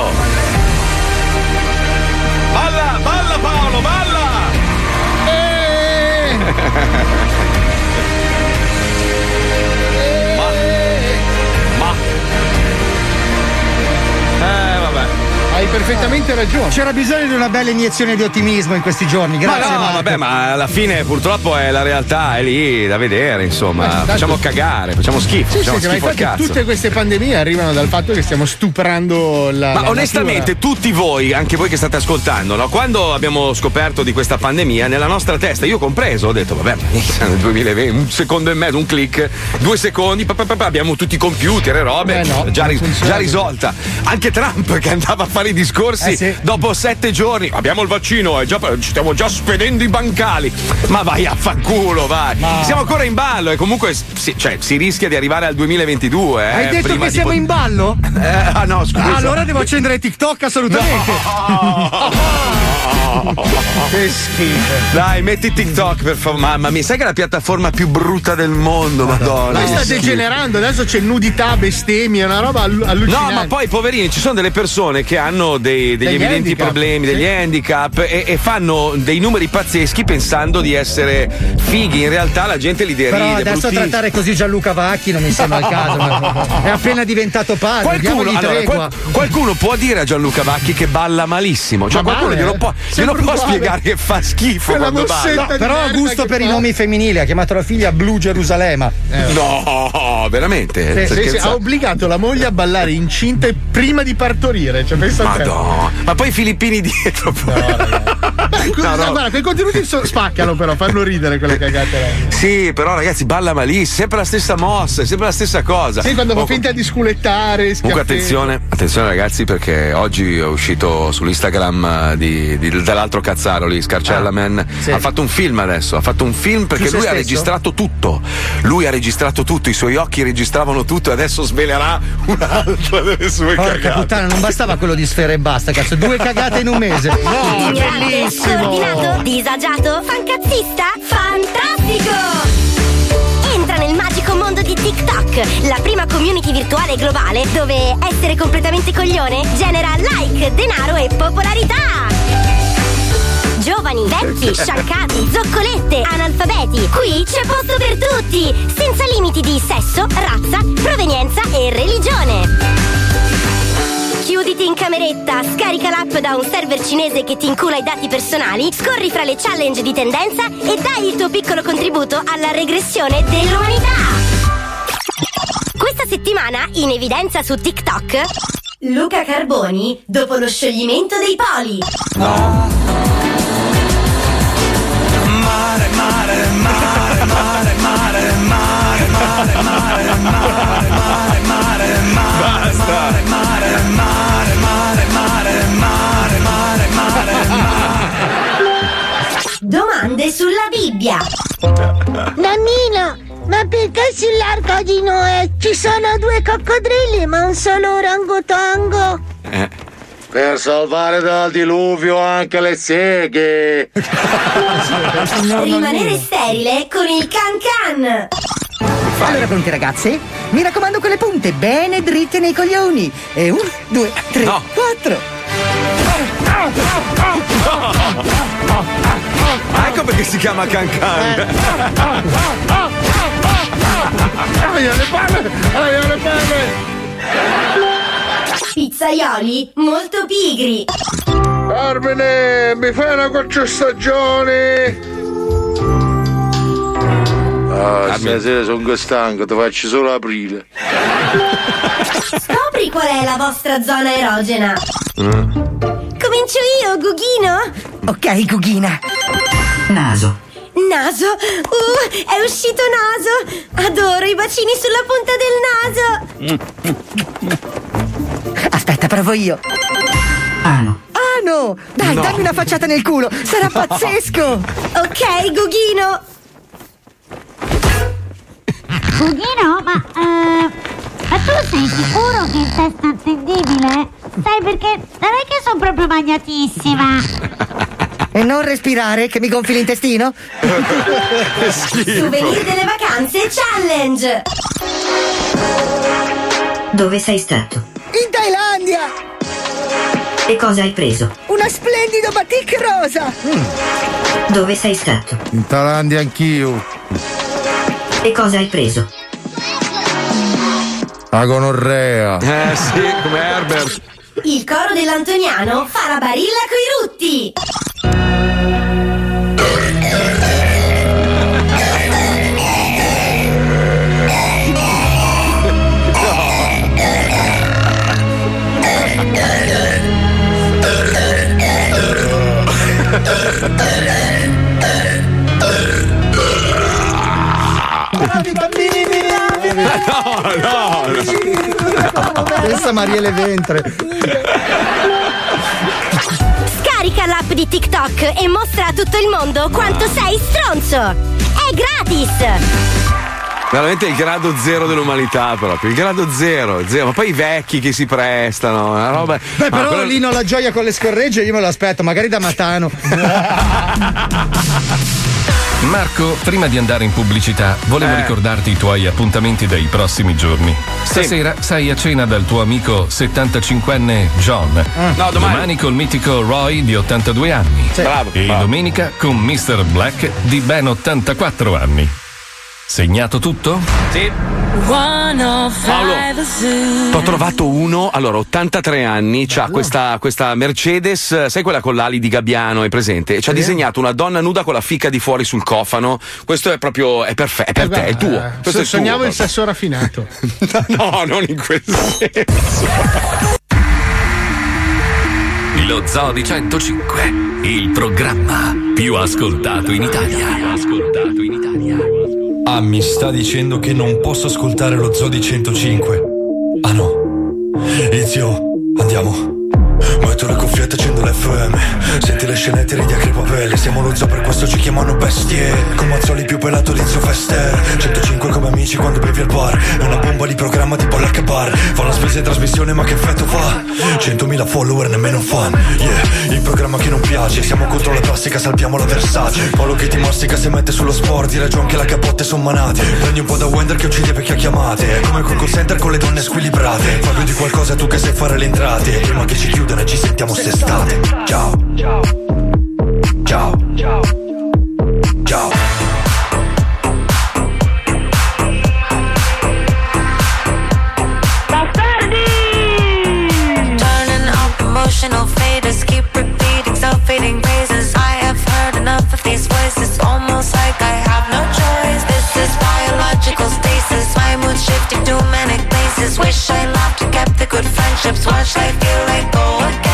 Balla, balla Paolo, balla! Vabbè. Hai perfettamente ragione. C'era bisogno di una bella iniezione di ottimismo in questi giorni. Grazie. Ma no, vabbè, ma alla fine purtroppo è la realtà, è lì da vedere, insomma. Facciamo cagare, facciamo schifo. Sì, facciamo sì, schifo ma al cazzo. tutte queste pandemie arrivano dal fatto che stiamo stuprando Ma onestamente, tutti voi, anche voi che state ascoltando, no? Quando abbiamo scoperto di questa pandemia, nella nostra testa, io compreso, ho detto, vabbè, ma nel 2020, 1 secondo e mezzo, un click, 2 secondi, abbiamo tutti i computer e robe, già risolta. Anche Trump che andava a fare i discorsi dopo 7 giorni, abbiamo il vaccino, stiamo già spedendo i bancali. Ma vai a fanculo, vai. Siamo ancora in ballo e comunque si rischia di arrivare al 2022. Hai detto che siamo in ballo? No, scusa. Allora devo accendere TikTok assolutamente. Che schifo. Dai, metti TikTok per favore. Mamma mia, sai che è la piattaforma più brutta del mondo, madonna. Ma sta degenerando, adesso c'è nudità, bestemmia, una roba allucinante. No, ma poi poverini, ci sono delle persone che hanno degli evidenti handicap, problemi, degli handicap e fanno dei numeri pazzeschi pensando di essere fighi. In realtà la gente li deride. Però adesso trattare così Gianluca Vacchi non mi sembra il caso. È appena diventato padre. Qualcuno può dire a Gianluca Vacchi che balla malissimo. Cioè, qualcuno glielo può spiegare che fa schifo quando balla. Però ha gusto per i nomi femminili, ha chiamato la figlia Blu Gerusalemme. No, veramente? Sì, ha obbligato la moglie a ballare incinta prima di partorire. Cioè, Madonna. Ma poi i filippini dietro. No, Guarda, quei contenuti spaccano, però fanno ridere quelle cagate. Sì, però ragazzi, balla malissimo, sempre la stessa mossa, è sempre la stessa cosa. Sì, quando fa finta di sculettare. Comunque attenzione ragazzi, perché oggi è uscito sull'Instagram dell'altro cazzaro lì, Scarcellaman. Sì. Ha fatto un film adesso, perché lui ha registrato tutto. Lui ha registrato tutto, i suoi occhi registravano tutto e adesso svelerà un'altra delle sue cagate. Porca puttana, non bastava quello di Sfera e basta, cazzo, 2 cagate in un mese. No, bellissimo. Scordinato, disagiato, fancazzista, fantastico! Entra nel magico mondo di TikTok, la prima community virtuale globale dove essere completamente coglione genera like, denaro e popolarità. Giovani, vecchi, sciancati, zoccolette, analfabeti. Qui c'è posto per tutti, senza limiti di sesso, razza, provenienza e religione. Chiuditi in cameretta, scarica l'app da un server cinese che ti incula i dati personali, scorri fra le challenge di tendenza e dai il tuo piccolo contributo alla regressione dell'umanità. Questa settimana in evidenza su TikTok Luca Carboni dopo lo scioglimento dei poli. No. Mare, mare, mare, mare, mare, mare, mare, mare, mare, mare, mare, mare, basta. Mare, mare, mare, mare, mare, mare, mare, mare. Domande sulla Bibbia. Nannino, ma perché sull'arca di Noè ci sono 2 coccodrilli ma un solo orangotango? Per salvare dal diluvio anche le seghe. Rimanere sterile con il can-can. Allora pronti ragazzi? Mi raccomando quelle punte bene dritte nei coglioni. E 1, 2, 3, 4. Ecco perché si chiama can-can. Le palle. Pizzaioli molto pigri. Carmine, mi fai una stagione? Stasera sono stanco, ti faccio solo aprile. Scopri qual è la vostra zona erogena. Comincio io, Gughino? Ok, Gughina. Naso. È uscito naso. Adoro i bacini sulla punta del naso. Aspetta, provo io. Ano. Dai, dammi una facciata nel culo. Sarà pazzesco. Ok, Gughino. Gughino, ma tu sei sicuro che il testo è attendibile? Sai, perché non è che sono proprio magnatissima. E non respirare, che mi gonfi l'intestino? Souvenir delle vacanze challenge. Dove sei stato? In Thailandia! E cosa hai preso? Una splendido batik rosa! Dove sei stato? In Thailandia anch'io. E cosa hai preso? La gonorrea. Sì, come Herbert. Il coro dell'Antoniano fa la barilla coi rutti. Bravi bambini, No. Pensa Marielle Ventre. Scarica l'app di TikTok e mostra a tutto il mondo quanto sei stronzo. È gratis. Veramente il grado zero dell'umanità, proprio. Il grado zero. Ma poi i vecchi che si prestano, una roba. Beh, però Lino la gioia con le scorregge io me lo aspetto, magari da Matano. Marco, prima di andare in pubblicità, volevo ricordarti i tuoi appuntamenti dei prossimi giorni. Stasera sei a cena dal tuo amico 75enne John. No, domani col mitico Roy di 82 anni. Sì. Bravo. Domenica con Mr. Black di ben 84 anni. Segnato tutto? Sì. Paolo, ho trovato uno, allora 83 anni, c'ha questa Mercedes, sai quella con l'ali di Gabbiano, è presente? Ci ha disegnato una donna nuda con la ficca di fuori sul cofano. Questo è proprio, è perfetto, è per te, è il tuo. Questo è sognavo tuo, il sesso raffinato. No, non in quel senso. Il Lo Zoo di 105, il programma più ascoltato in Italia. Ah, mi sta dicendo che non posso ascoltare lo Zoo di 105? Ah no. Zio, andiamo. Metto le cuffiette, accendo l'FM. Senti le scenette, ridi a crepapelle. Siamo lo zoo, per questo ci chiamano bestie. Con Mazzoli più pelato di Zio Fester. 105 come amici quando bevi al bar. È una bomba di programma tipo Black Bar. Fa la spesa in trasmissione ma che effetto fa? 100.000 follower, nemmeno fan. Yeah, il programma che non piace. Siamo contro la plastica, salviamo la Versace. Paolo che ti mastica se mette sullo sport. Di ragione che la capotte son manate. Prendi un po' da Wender che uccide vecchie chiamate. È come col call center con le donne squilibrate. Fa più di qualcosa tu che sai fare le entrate. Prima che ci chiudano e ci sentiamo st'estate. Ciao. Ciao. Ciao. Ciao. Ciao. Turning up emotional faders, keep repeating self-fading praises. I have heard enough of these voices, almost like I have no choice. This is biological stasis, my mood's shifting to manic places. Wish I laughed and kept the good friendships. Watch life feel like go again.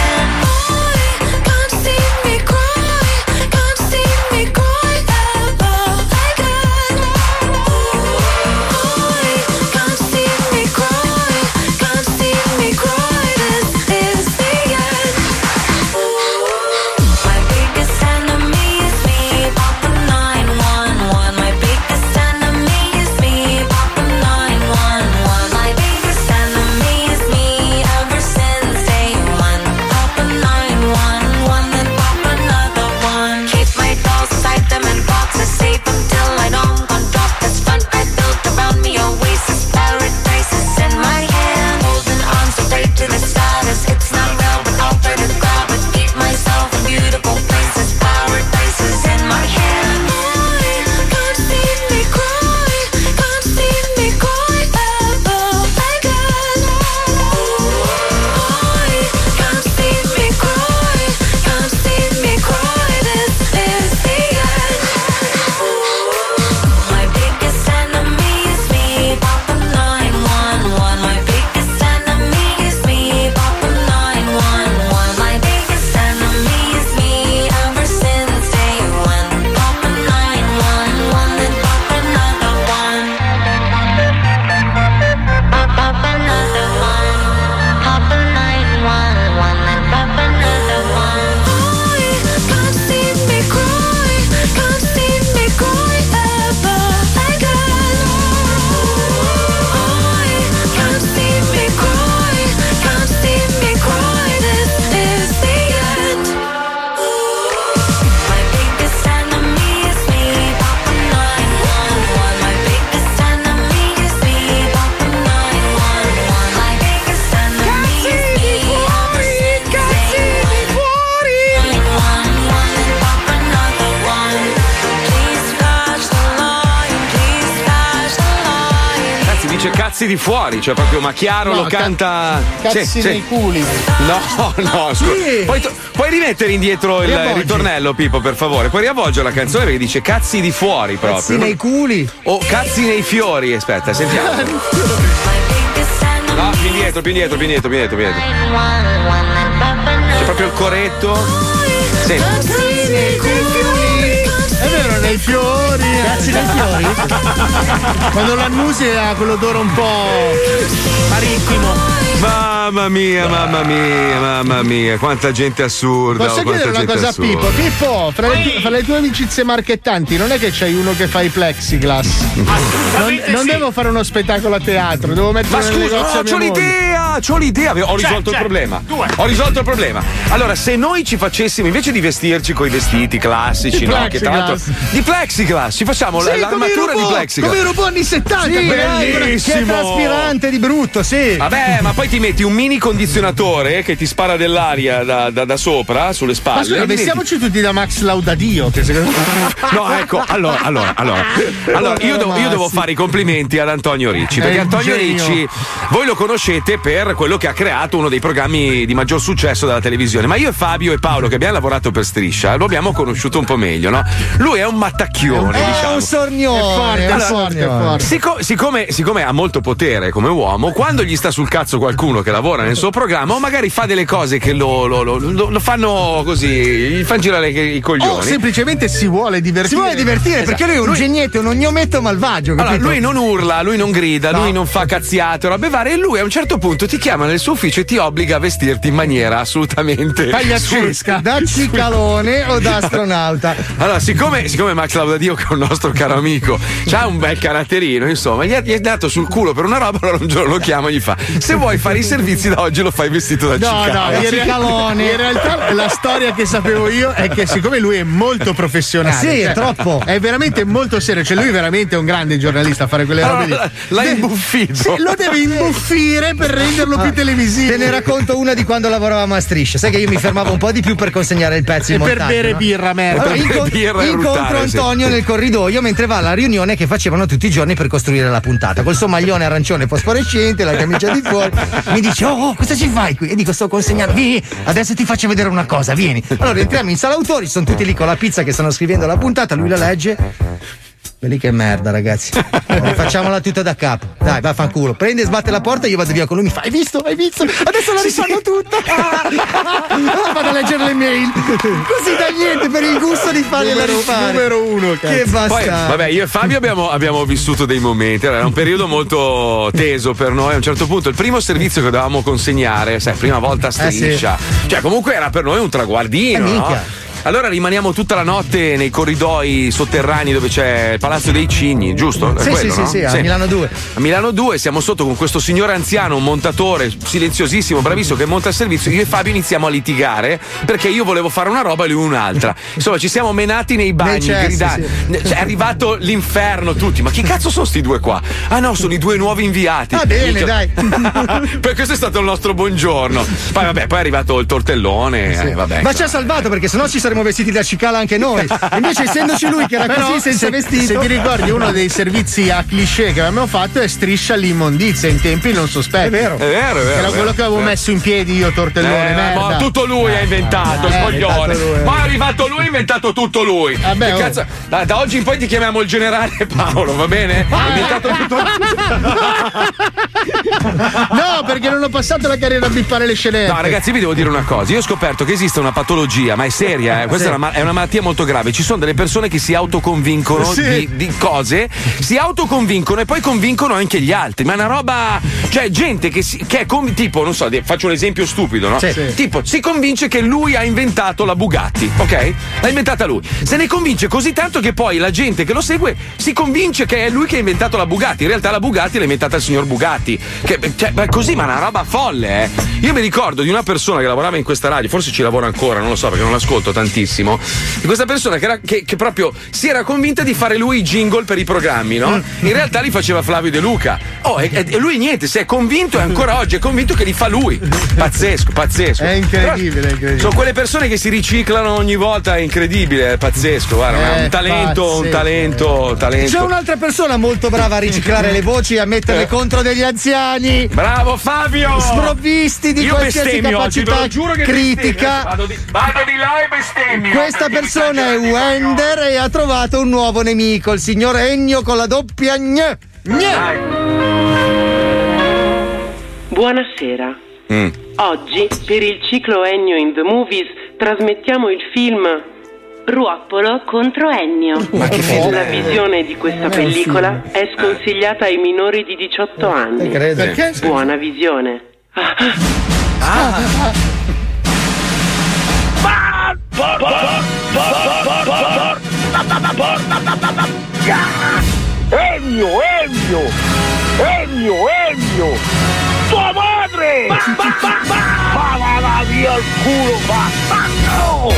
Di fuori, cioè proprio Macchiaro lo canta. Cazzi nei culi. No, scusa. Sì. Puoi rimettere indietro il ritornello, Pippo, per favore. Puoi riavvolgere la canzone perché dice cazzi di fuori proprio. Cazzi nei culi. O cazzi nei fiori. Aspetta, sentiamo. No, più indietro. C'è proprio il coretto. Senti. Cazzi nei fiori. È vero, nei fiori. Cazzi nei fiori? Quando l'annusi ha quell'odore un po' marittimo. Mamma mia, quanta gente assurda. Posso chiedere una cosa a Pippo? Fra le tue amicizie marchettanti, non è che c'hai uno che fa i plexiglass? Non devo fare uno spettacolo a teatro, devo mettere Ma scusa, c'ho l'idea. Ho risolto il problema. Ho risolto il problema. Allora, se noi ci facessimo, invece di vestirci coi vestiti classici, no? Che tra l'altro di plexiglass, ci facciamo l'armatura di plexiglass. Come ero anni 70, sì, bellissimo. Che traspirante di brutto, sì. Vabbè, ma poi ti metti un mini condizionatore che ti spara dell'aria da sopra sulle spalle. Ma scusa, vestiamoci tutti da Max Laudadio. Che secondo No, ecco, allora io devo fare i complimenti ad Antonio Ricci, perché Antonio Ricci voi lo conoscete per per quello che ha creato uno dei programmi di maggior successo della televisione. Ma io e Fabio e Paolo, che abbiamo lavorato per Striscia, lo abbiamo conosciuto un po' meglio, no? Lui è un mattacchione, diciamo. È un sornione. È forte. Siccome ha molto potere come uomo, quando gli sta sul cazzo qualcuno che lavora nel suo programma, o magari fa delle cose che lo fanno così, gli fanno girare i coglioni. O semplicemente si vuole divertire. Esatto. Perché lui è un genietto, un ognometto malvagio. Allora, capito? lui non urla, lui non grida, lui non fa cazziate, robe varie, e lui a un certo punto ti chiama nel suo ufficio e ti obbliga a vestirti in maniera assolutamente pagliaccesca. Da cicalone o da astronauta. Allora, siccome Max Laudadio, che è un nostro caro amico, c'ha un bel caratterino, insomma, gli è dato sul culo per una roba, allora un giorno lo chiama e gli fa: se vuoi fare i servizi da oggi lo fai vestito da cicalone. In realtà la storia che sapevo io è che siccome lui è molto professionale, sì, è troppo. È veramente molto serio, cioè lui veramente è un grande giornalista a fare quelle robe lì. L'ha imbuffito. Sì, lo deve imbuffire per renderlo più televisivo. Te ne racconto una di quando lavoravamo a Striscia. Sai che io mi fermavo un po' di più per consegnare il pezzo in montaggio. Per bere birra, merda. Allora, incontro Antonio nel corridoio mentre va alla riunione che facevano tutti i giorni per costruire la puntata. Col suo maglione arancione fosforescente, la camicia di fuori. Mi dice: oh, cosa ci fai qui? E dico: sto consegnando. Vieni, adesso ti faccio vedere una cosa, vieni. Allora entriamo in sala autori, sono tutti lì con la pizza che stanno scrivendo la puntata, lui la legge. Quelli che merda, ragazzi. Facciamola tutta da capo. Dai, vaffanculo. Prende e sbatte la porta e io vado via con lui. Mi fa: hai visto? Adesso la rifanno tutta. Vado a leggere le mail. Così da niente, per il gusto di fargliela rifare. Numero uno, cazzo. Che basta. Poi, vabbè, io e Fabio abbiamo vissuto dei momenti. Era un periodo molto teso per noi. A un certo punto, il primo servizio che dovevamo consegnare, sai, prima volta a Striscia. Sì. Cioè, comunque era per noi un traguardino, no? Allora rimaniamo tutta la notte nei corridoi sotterranei dove c'è il Palazzo dei Cigni, giusto? Sì, a Milano 2. A Milano 2 siamo sotto con questo signore anziano, un montatore silenziosissimo, bravissimo, che monta il servizio. Io e Fabio iniziamo a litigare perché io volevo fare una roba e lui un'altra. Insomma, ci siamo menati nei bagni, gridando. Cioè, è arrivato l'inferno tutti. Ma chi cazzo sono sti due qua? Ah no, sono i due nuovi inviati. Va bene, dai. Poi questo è stato il nostro buongiorno. Poi è arrivato il tortellone. Vabbè. Ma ci ha salvato perché sennò ci saremmo vestiti da cicala anche noi. Invece, essendoci lui che era così senza vestito. Se ti ricordi, uno dei servizi a cliché che avevamo fatto è Striscia l'immondizia in tempi non sospetti. È vero. Era quello che avevo messo in piedi io, tortellone. Merda. Ma tutto lui ha inventato, scoglione. Poi è arrivato lui e ha inventato tutto lui. Vabbè, cazzo, da oggi in poi ti chiamiamo il generale Paolo, va bene? Ha inventato tutto No, perché non ho passato la carriera a bippare le scenette. No, ragazzi, vi devo dire una cosa. Io ho scoperto che esiste una patologia, ma è seria, questa è una malattia molto grave. Ci sono delle persone che si autoconvincono di cose, si autoconvincono e poi convincono anche gli altri. Ma è una roba. Cioè, gente che è tipo, non so, faccio un esempio stupido, no? Tipo, si convince che lui ha inventato la Bugatti, ok? L'ha inventata lui. Se ne convince così tanto che poi la gente che lo segue si convince che è lui che ha inventato la Bugatti. In realtà la Bugatti l'ha inventata il signor Bugatti. Così, ma è una roba folle, Io mi ricordo di una persona che lavorava in questa radio, forse ci lavora ancora, non lo so perché non l'ascolto tantissimo, di questa persona che proprio si era convinta di fare lui i jingle per i programmi, no? In realtà li faceva Flavio De Luca. E lui niente, si è convinto e ancora oggi è convinto che li fa lui. Pazzesco. È incredibile. Sono quelle persone che si riciclano ogni volta, è incredibile, è pazzesco, guarda, un talento. C'è un'altra persona molto brava a riciclare le voci e a metterle contro degli anziani. Bravo Fabio! Sprovvisti di qualsiasi capacità critica. Vado di là e bestemmio. Questa persona è Wender e ha trovato un nuovo nemico, il signor Ennio con la doppia gne. Buonasera. Oggi, per il ciclo Ennio in the Movies, trasmettiamo il film Ruoppolo contro Ennio. Ma che film La visione di questa pellicola è sconsigliata ai minori di 18 anni. Perché? Buona visione. Ennio! Tua madre! Va via il culo, bastardo!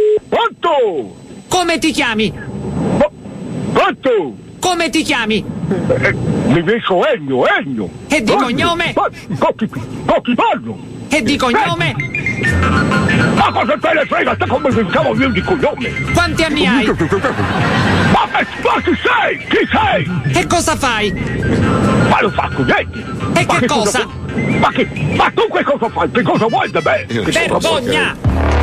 Pronto! Come ti chiami? Pronto! Come ti chiami? Mi dico Ennio. E di cognome? Pochi parlo. E di cognome? Ma cosa te ne frega? Te come pensavo io di cognome? Quanti anni hai? Ma chi sei? Chi sei? E cosa fai? Ma lo fa con niente. E che cosa? Ma tu che cosa fai? Che cosa vuoi da me? Vergogna!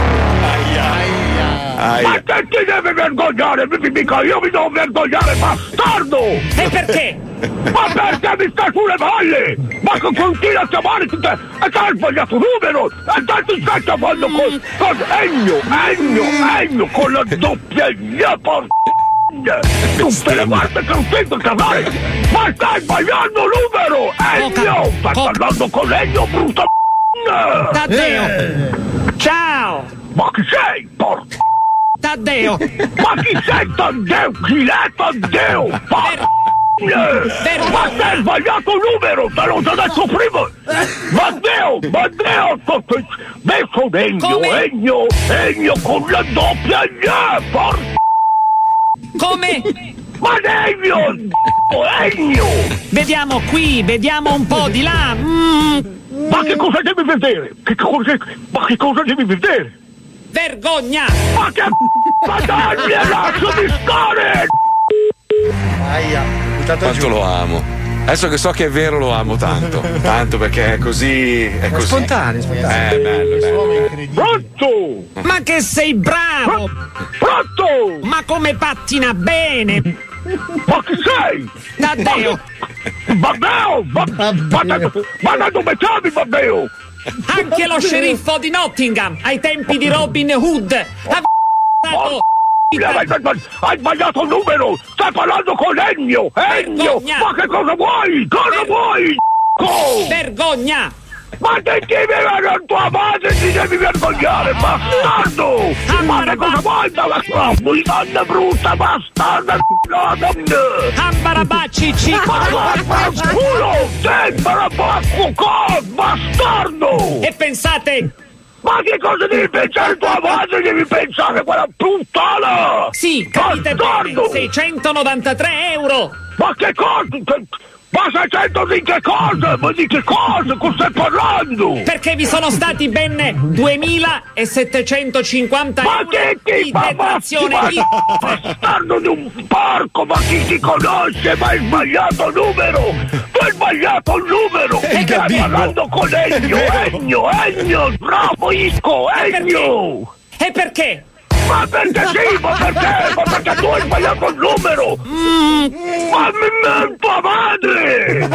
Ma te ti devi vergognare, mica io mi devo vergognare, bastardo! E perché? Ma perché mi sta sulle balle? Ma che continua a chiamare tutte e te hai sbagliato numero! E te ti stai chiamando con Ennio, con la doppia porca! Tutte le volte che ho sentito chiamare! Ma stai sbagliando numero! Ennio! Stai parlando con Ennio, brutta Taddeo! Ciao! Ma chi sei, porca? Taddeo! Ma chi sei Taddeo? Chi è Taddeo? Ma te hai sbagliato il numero, te l'ho già detto prima! Matteo! Messo Ennio con la doppia porca! Come? Ma Ennio! Vediamo qui, vediamo un po' di là! Ma che cosa devi vedere? Ma che cosa devi vedere? Vergogna! Ma che madonna, lasciami stare! Quanto lo amo. Adesso che so che è vero lo amo tanto. Tanto perché è così. È così. Spontaneo. È bello. Pronto! Ma che sei bravo! Pronto! Ma come pattina bene! Ma chi sei? Taddeo! Matteo! Ma da dove chiami, Matteo? Anche lo sceriffo di Nottingham, ai tempi di Robin Hood, hai sbagliato il numero! Stai parlando con Ennio! Vergogna! Ma che cosa vuoi? Cosa vuoi? Vergogna! Ma te devi avere tua madre, ti devi vergognare, bastardo! Ma che cosa vuoi dalla tua donna brutta, bastarda! Ambarabacci! Ma culo! Ambarabacco, bastardo! E pensate... Ma che cosa devi pensare tua madre? Devi pensare quella puttana! Sì, capite bene, 693 euro! Ma che cosa? Ma 600 di che cosa? Ma di che cosa? Cosa stai parlando? Perché vi sono stati ben 2.750 euro di detrazione di... Bastardo di un porco, ma chi ti conosce? Ma hai sbagliato il numero! Tu hai sbagliato il numero! E stai parlando con Ennio! Bravo Isco! Ennio! E perché? Ma perché sì? Ma perché tu hai sbagliato il numero? Ma tua madre!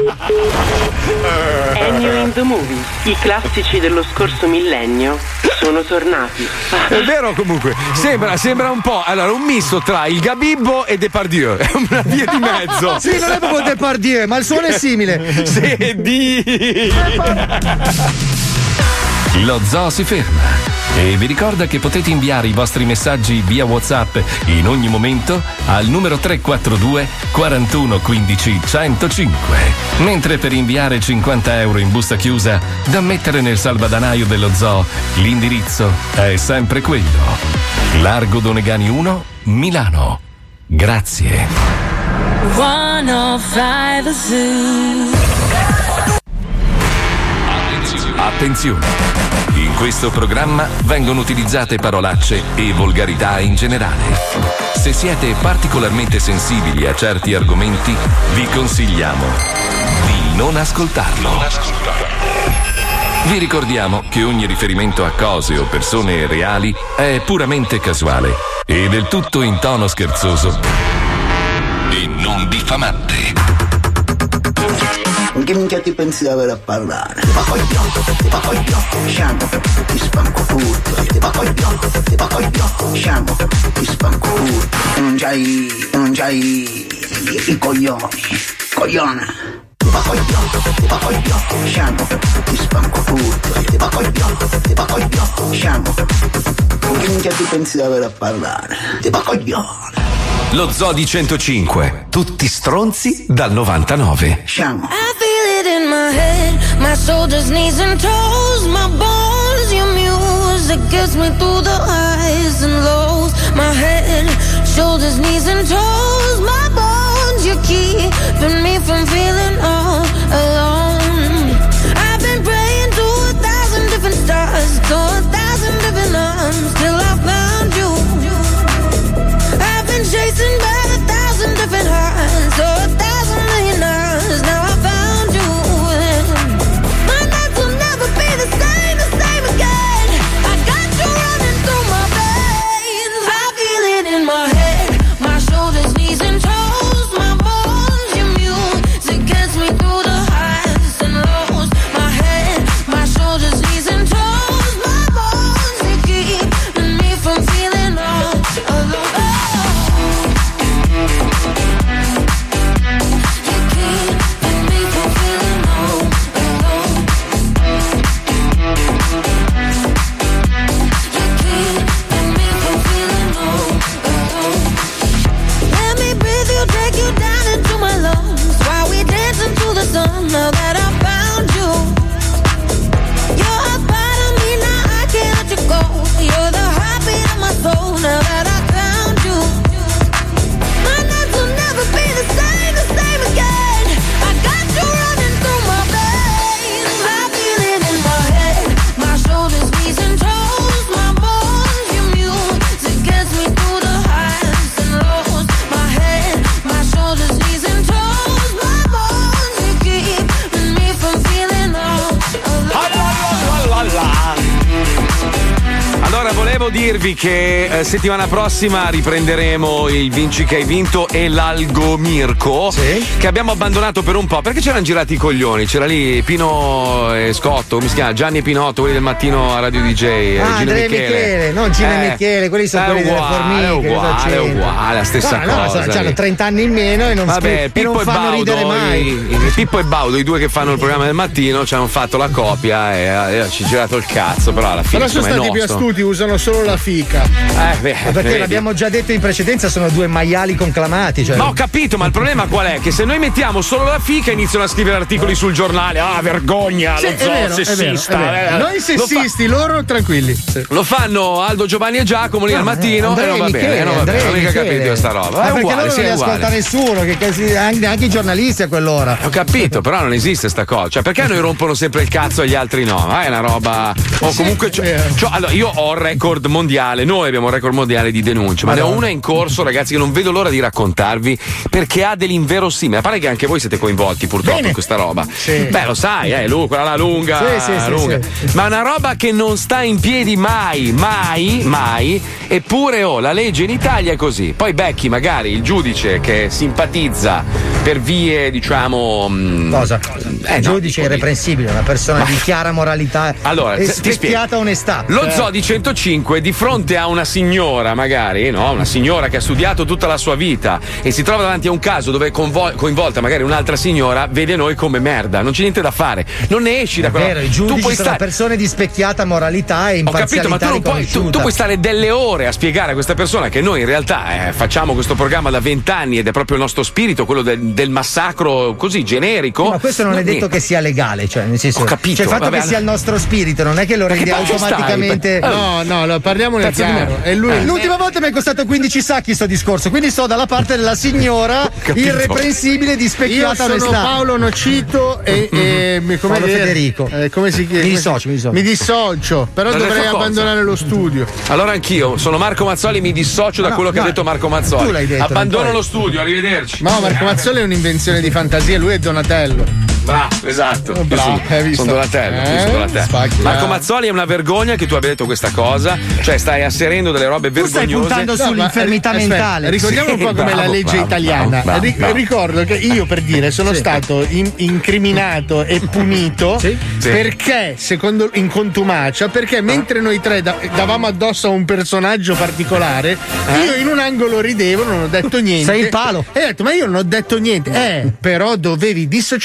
Ennio in the Movie, i classici dello scorso millennio sono tornati. È vero comunque, sembra un po', allora, un misto tra il Gabibbo e Depardieu, è una via di mezzo. Sì, non è proprio Depardieu, ma il suono è simile. Lo Zoo si ferma e vi ricorda che potete inviare i vostri messaggi via WhatsApp in ogni momento al numero 342 41 15 105. Mentre per inviare 50 euro in busta chiusa da mettere nel salvadanaio dello zoo, l'indirizzo è sempre quello: Largo Donegani 1, Milano. Grazie. 105 Zoo. Attenzione! In questo programma vengono utilizzate parolacce e volgarità in generale. Se siete particolarmente sensibili a certi argomenti, vi consigliamo di non ascoltarlo. Vi ricordiamo che ogni riferimento a cose o persone reali è puramente casuale e del tutto in tono scherzoso e non diffamante. Con che minchia ti pensi di avere a parlare? Ti va coglione, sciamo, ti spanco tutto. Ti va coglione, sciamo, ti spanco tutto. Non c'hai i coglioni, coglione. Ti va coglione, sciamo, ti spanco tutto. Ti va coglione, sciamo. Con che minchia ti pensi di avere a parlare? Ti va coglione. Lo Zoo di 105, tutti stronzi dal 99. Sciamo. I feel it in my head, my shoulders, knees and toes, my bones, your music gets me through the highs and lows. My head, shoulders, knees and toes, my bones, your keeping me from feeling all alone. I've been praying to 1,000 different stars, to 1,000 different arms, till I found you. I've been chasing by 1,000 different hearts, so 1,000 million hours. Now I found you. My nights will never be the same again. I got you running through my veins. I feel it in my head, my shoulders, knees and toes, my bones. Your music gets me through the highs and lows. My head, my shoulders, knees and toes, my bones. They keeping me from feeling all alone. Now that I found you, you're a part of me, now I can't let you go. You're the heartbeat of my soul, now that I found you. My nights will never be the same again. I got you running through my veins. I feel it in my head, my shoulders, knees and toes, my bones. Your music gets me through the highs and lows. My head, my shoulders, knees and toes, my bones. You keep me from feeling all alone. Allora volevo dirvi che settimana prossima riprenderemo il Vinci che hai vinto e l'Algo Mirko, che abbiamo abbandonato per un po' perché c'erano girati i coglioni. C'era lì Pino e Scotto, come si chiama? Gianni e Pinotto, quelli del mattino a Radio DJ. Andrea Michele, non Gino e Michele, quelli sono quelli delle formiche. È uguale, la stessa cosa. Hanno 30 anni in meno e non, Pippo non fanno ridere mai. Pippo e Baudo, i due che fanno il programma del mattino, ci hanno fatto la copia e ci ha girato il cazzo, però alla fine però sono stati più astuti, usano solo la fica. Perché vedi. l'abbiamo già detto in precedenza, sono due maiali conclamati. Cioè. Ma ho capito, ma il problema qual è? Che se noi mettiamo solo la fica iniziano a scrivere articoli sul giornale. Ah, vergogna, sì, lo zoo sessista. È vero. Noi sessisti, loro tranquilli. Sì. Lo fanno Aldo, Giovanni e Giacomo lì al mattino e non va bene, non ho mica capito questa roba. Ma perché loro non li ascolta nessuno, anche i giornalisti a quell'ora. Ho capito, però non esiste sta cosa. Cioè, perché noi rompono sempre il cazzo e gli altri no? È una roba. O comunque allora, io ho il record mondiale, noi abbiamo un record mondiale di denunce, ma ne ho una in corso, ragazzi, che non vedo l'ora di raccontarvi perché ha dell'inverosimile. A parte che anche voi siete coinvolti purtroppo in questa roba. Sì. Beh, lo sai, lui, quella là lunga, lunga. Sì. Ma è una roba che non sta in piedi mai. Eppure la legge in Italia è così. Poi becchi magari il giudice che simpatizza per vie, diciamo. Cosa? Il giudice è irreprensibile, una persona di chiara moralità e specchiata onestà. Lo zoo di 105 di fronte a una signora, magari, no? Una signora che ha studiato tutta la sua vita e si trova davanti a un caso dove è coinvolta magari un'altra signora, vede noi come merda, non c'è niente da fare, non ne esci da quella. È vero, i giudici sono persone di specchiata moralità e imparzialità. Ho capito, ma tu puoi stare delle ore a spiegare a questa persona che noi in realtà facciamo questo programma da 20 anni ed è proprio il nostro spirito, quello del massacro così generico. Ma questo non è detto che sia legale, cioè nel senso. Ho capito. Cioè il fatto che sia il nostro spirito non è che lo rende automaticamente. No, parliamo nel chiaro. E lui l'ultima volta mi è costato 15 sacchi sto discorso, quindi sto dalla parte della signora irreprensibile di specchiata onestà. Io sono Paolo Nocito e come Paolo Federico. Come si chiama? Mi dissocio, però dovrei abbandonare lo studio. Allora anch'io sono Marco Mazzoli, mi dissocio da quello che ha detto Marco Mazzoli. Tu l'hai detto. Abbandono lo studio, arrivederci. No, Marco Mazzoli è un'invenzione di fantasia, lui è Donatello. Bravo, esatto. Sono Donatello. Marco Mazzoli, è una vergogna che tu abbia detto questa cosa, cioè stai asserendo delle robe vergognose. Tu stai puntando sull'infermità mentale. Ricordiamo un po' com'è la legge italiana. Ricordo che io, per dire, sono stato incriminato e punito perché, secondo in contumacia, perché mentre noi tre davamo addosso a un personaggio particolare, io in un angolo ridevo, non ho detto niente. Sei il palo. E ho detto, ma io non ho detto niente. Però dovevi dissociarti e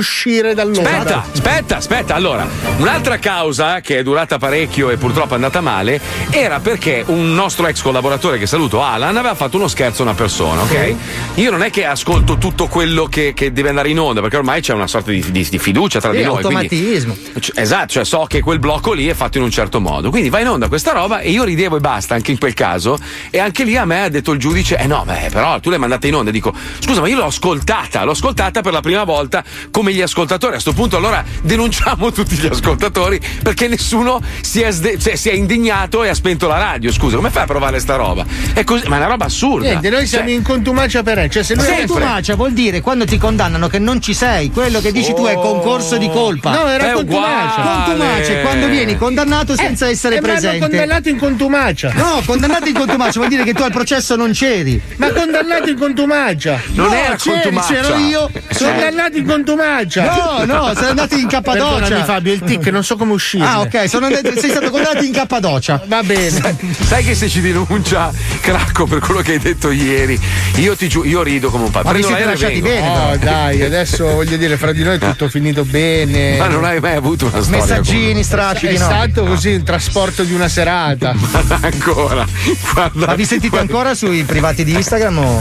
uscire dall'onda. Aspetta. Allora, un'altra causa che è durata parecchio e purtroppo è andata male era perché un nostro ex collaboratore, che saluto, Alan, aveva fatto uno scherzo a una persona, ok? Io non è che ascolto tutto quello che deve andare in onda, perché ormai c'è una sorta di fiducia tra di noi. Automatismo. Quindi, esatto, cioè so che quel blocco lì è fatto in un certo modo. Quindi va in onda questa roba e io ridevo e basta, anche in quel caso. E anche lì a me ha detto il giudice: però tu l'hai mandata in onda. E dico: scusa, ma io l'ho ascoltata per la prima volta come gli ascoltatori. A sto punto allora denunciamo tutti gli ascoltatori, perché nessuno si è indignato e ha spento la radio. Scusa, come fai a provare sta roba? È così, ma è una roba assurda. Niente, noi siamo in contumacia per cioè se noi contumacia vuol dire quando ti condannano che non ci sei, quello che dici tu è concorso di colpa. No, era contumacia. Contumacia è quando vieni condannato senza essere presente. Ma condannato in contumacia. No, condannato in contumacia vuol dire che tu al processo non c'eri. Ma condannato in contumacia. Non era contumacia. C'ero io. Condannato in contumacia. No, sei andato in Cappadocia. Perdonami, Fabio, il tic, non so come uscire. Ah, ok, sei stato condannato in Cappadocia. Va bene. Sai che se ci denuncia Cracco per quello che hai detto ieri, io rido come un padre. Ma vi siete lasciati bene? No, dai, adesso voglio dire, fra di noi è tutto finito bene. Ma non hai mai avuto una storia? Messaggini, strascichi, è stato così il trasporto di una serata. Ancora. Guarda, ma vi sentite ancora sui privati di Instagram o?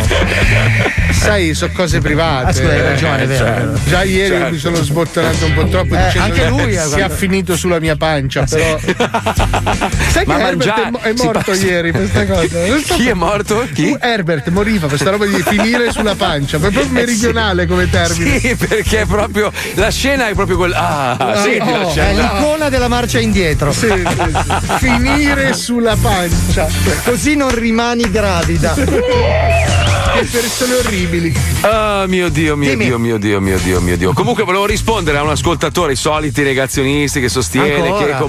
Sai, sono cose private. Scusa, hai ragione, è vero. Già ieri mi sono sbottonato un po' troppo dicendo anche lui si è finito sulla mia pancia, però. Sai ma che Herbert è morto ieri questa cosa? Chi è morto? Chi? Herbert moriva, questa roba di finire sulla pancia, proprio meridionale come termine. Sì, perché è proprio la scena è proprio quella. Senti la scena. È l'icona della marcia indietro. Sì. Finire sulla pancia. Così non rimani gravida. Che persone orribili. Oh mio Dio. Comunque volevo rispondere a un ascoltatore, i soliti negazionisti che sostiene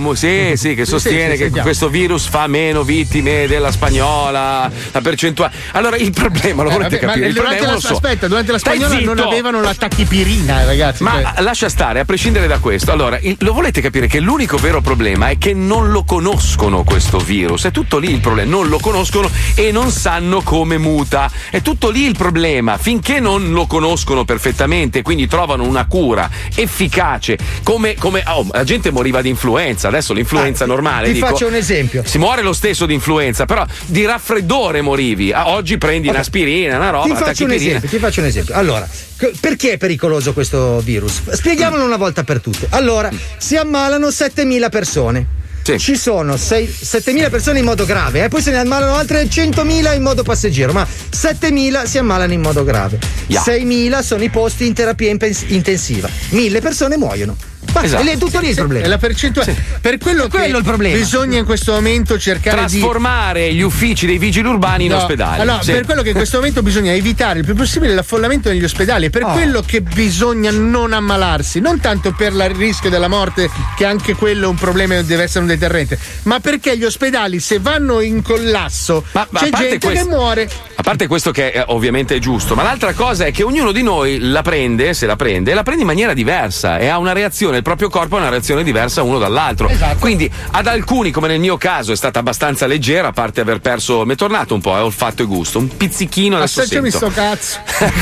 che questo virus fa meno vittime della spagnola, la percentuale. Allora il problema lo volete capire? Aspetta, durante la spagnola non avevano la tachipirina, ragazzi. Ma lascia stare, a prescindere da questo. Allora, lo volete capire che l'unico vero problema è che non lo conoscono questo virus. È tutto lì il problema, non lo conoscono e non sanno come muta. È tutto lì il problema. Finché non lo conoscono perfettamente, quindi trovano una cura efficace, come la gente moriva di influenza, adesso l'influenza normale. Ti faccio un esempio. Si muore lo stesso di influenza, però di raffreddore morivi. Oggi prendi un'aspirina, una roba. Ti faccio un esempio. Allora, perché è pericoloso questo virus? Spieghiamolo una volta per tutte. Allora, si ammalano 7.000 persone. Sì. Ci sono 7.000 persone in modo grave, poi se ne ammalano altre 100.000 in modo passeggero, ma 7.000 si ammalano in modo grave. 6.000 sono i posti in terapia intensiva. 1.000 persone muoiono. Esatto. È tutto lì il problema. È la percentuale. Sì. Per quello il problema. Bisogna in questo momento cercare trasformare gli uffici dei vigili urbani in ospedali. Allora, per quello che in questo momento bisogna evitare il più possibile l'affollamento negli ospedali. Per quello che bisogna non ammalarsi, non tanto per il rischio della morte, che anche quello è un problema e deve essere un deterrente, ma perché gli ospedali, se vanno in collasso, c'è gente che muore. A parte questo, che ovviamente è giusto, ma l'altra cosa è che ognuno di noi la prende in maniera diversa e ha una reazione. Il proprio corpo ha una reazione diversa uno dall'altro. Esatto. Quindi ad alcuni, come nel mio caso, è stata abbastanza leggera, a parte aver perso, mi è tornato un po' olfatto e gusto, un pizzichino adesso assaggiami sento. sto cazzo.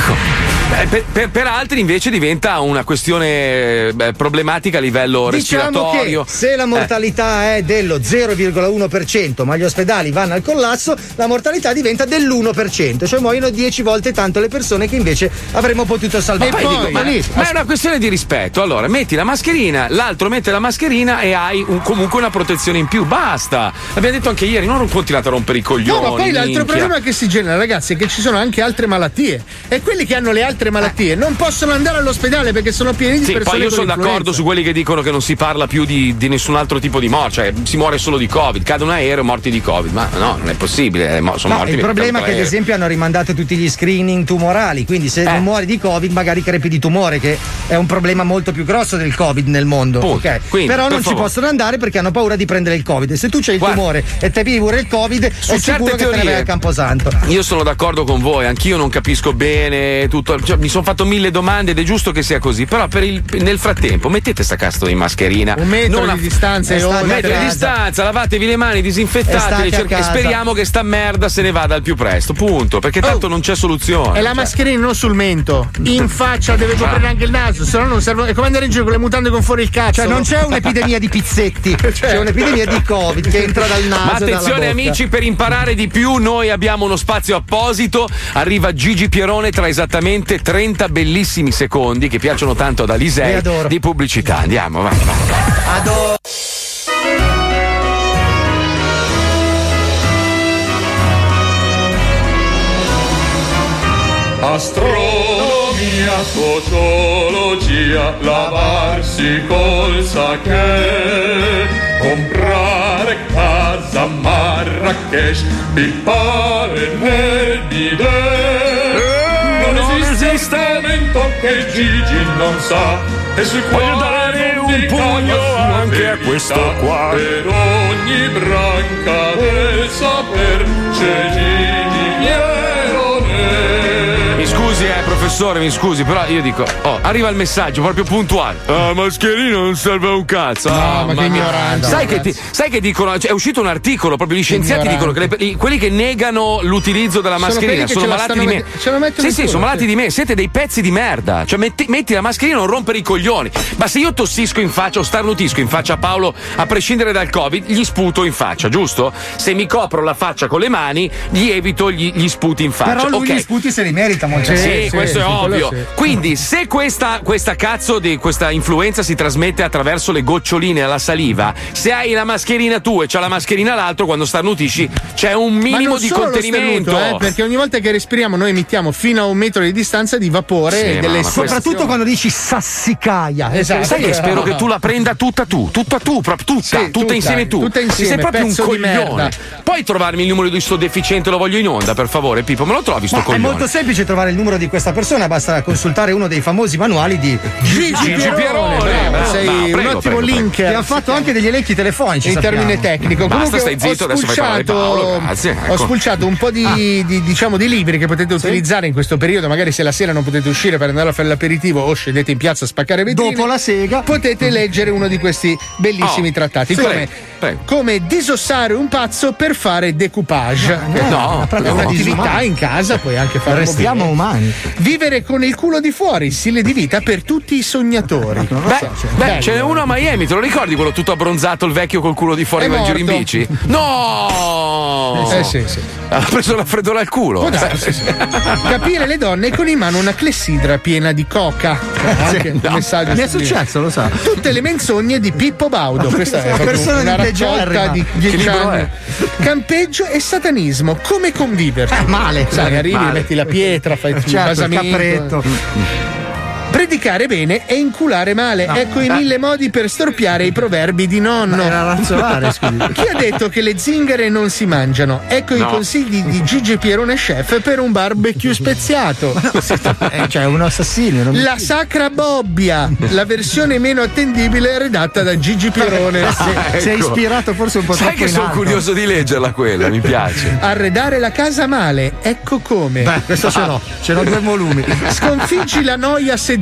Per altri invece diventa una questione problematica a livello respiratorio. Che se la mortalità è dello 0,1%, ma gli ospedali vanno al collasso, la mortalità diventa dell'1%, cioè muoiono 10 volte tanto le persone che invece avremmo potuto salvare. Ma è una questione di rispetto. Allora, metti la mascherina, l'altro mette la mascherina e hai comunque una protezione in più. Basta. L'abbiamo detto anche ieri, non continuate a rompere i coglioni. No, ma poi l'altro problema che si genera, ragazzi, è che ci sono anche altre malattie. E quelli che hanno le altre malattie non possono andare all'ospedale perché sono pieni di persone. Poi io sono d'accordo su quelli che dicono che non si parla più di nessun altro tipo di morte, cioè si muore solo di Covid, cade un aereo, morti di Covid, ma no, non è possibile, sono morti. Il problema è che ad esempio hanno rimandato tutti gli screening tumorali, quindi se non muori di Covid magari crepi di tumore, che è un problema molto più grosso del Covid nel mondo. Okay. Quindi, però non ci possono andare perché hanno paura di prendere il Covid. E se tu c'hai il tumore e te vivi pure il Covid, è sicuro che te ne vai al Camposanto. Io sono d'accordo con voi, anch'io non capisco bene tutto, cioè, mi sono fatto 1000 domande ed è giusto che sia così, però nel frattempo mettete sta cazzo di mascherina, 1 metro di distanza e metri di distanza, lavatevi le mani, disinfettatele e speriamo che sta merda se ne vada al più presto, punto, perché tanto non c'è soluzione. E la mascherina non sul mento, in faccia deve coprire anche il naso, se no non serve. È come andare in giro con le mutande con fuori il cazzo. Cioè non c'è un'epidemia di pizzetti, c'è un'epidemia di Covid che entra dal naso. Ma attenzione amici, per imparare di più noi abbiamo uno spazio apposito. Arriva Gigi Pierone tra esattamente 30 bellissimi secondi che piacciono tanto ad Alisei di pubblicità. Andiamo, vai. Adoro. Astronomia, sociologia, lavarsi col sake, comprare casa a Marrakesh, pippare nel bidet. Non esiste momento che Gigi non sa e sul quale dare un pugno anche a questo qua. Per ogni branca del saper c'è Gigi Pierone. Mi scusi, professore, mi scusi, però io dico, arriva il messaggio proprio puntuale. Mascherina non serve a un cazzo. No, ma che ignoranza. Sai che dicono, cioè, è uscito un articolo, proprio gli scienziati dicono che quelli che negano l'utilizzo della mascherina sono malati di me. Sì, sono malati di me, siete dei pezzi di merda. Cioè metti la mascherina, non rompere i coglioni. Ma se io tossisco in faccia o starnutisco in faccia a Paolo, a prescindere dal Covid, gli sputo in faccia, giusto? Se mi copro la faccia con le mani, gli evito gli sputi in faccia. Però lui gli sputi se li merita molto. Sì, questo è ovvio. Sì. Quindi, se questa cazzo di questa influenza si trasmette attraverso le goccioline alla saliva, se hai la mascherina tu e c'ha la mascherina l'altro, quando starnutisci c'è un minimo di contenimento. Perché ogni volta che respiriamo noi emettiamo fino a 1 metro di distanza di vapore delle soprattutto quando dici sassicaia. Esatto. Sai che spero che tu la prenda tutta insieme tu. Tutta insieme, sei proprio un coglione. Puoi trovarmi il numero di sto deficiente, lo voglio in onda, per favore, Pippo, me lo trovi sto coglione? È molto semplice trovare il numero di questa persona, basta consultare uno dei famosi manuali di Gigi Pierone. Sei un ottimo link. Che ha fatto anche degli elenchi telefonici in termine tecnico. Basta, stai zitto, adesso fai parlare Paolo. Grazie. Ho spulciato un po' di libri che potete utilizzare in questo periodo, magari se la sera non potete uscire per andare a fare l'aperitivo o scendete in piazza a spaccare vetrine. Dopo la sega potete leggere uno di questi bellissimi trattati, come disossare un pazzo per fare decoupage. È un'attività in casa, puoi anche fare. Restiamo umani. Vivere con il culo di fuori, stile di vita per tutti i sognatori. Ce n'è uno a Miami, te lo ricordi quello tutto abbronzato, il vecchio col culo di fuori in giro in bici? No! Sì. Ha preso la freddura al culo. Capire le donne con in mano una clessidra piena di coca. Anche un messaggio. Mi è successo, lo sa. Tutte le menzogne di Pippo Baudo. Questa è proprio una raccolta di 10 anni. Campeggio e satanismo. Come conviverci? Male. Sai, arrivi, metti la pietra, fai il basamento. Il capretto. Predicare bene e inculare male. Ecco i 1000 modi per storpiare i proverbi di nonno. Era razzolare, scusi. Chi ha detto che le zingare non si mangiano? Ecco i consigli di Gigi Pierone chef per un barbecue speziato. Cioè un assassino. La sacra bobbia, la versione meno attendibile redatta da Gigi Pierone. Si è ispirato forse un po' troppo. Sai che sono curioso di leggerla quella, mi piace. Arredare la casa male, ecco come. Questo ce l'ho 2 volumi. Sconfiggi la noia sedandoti.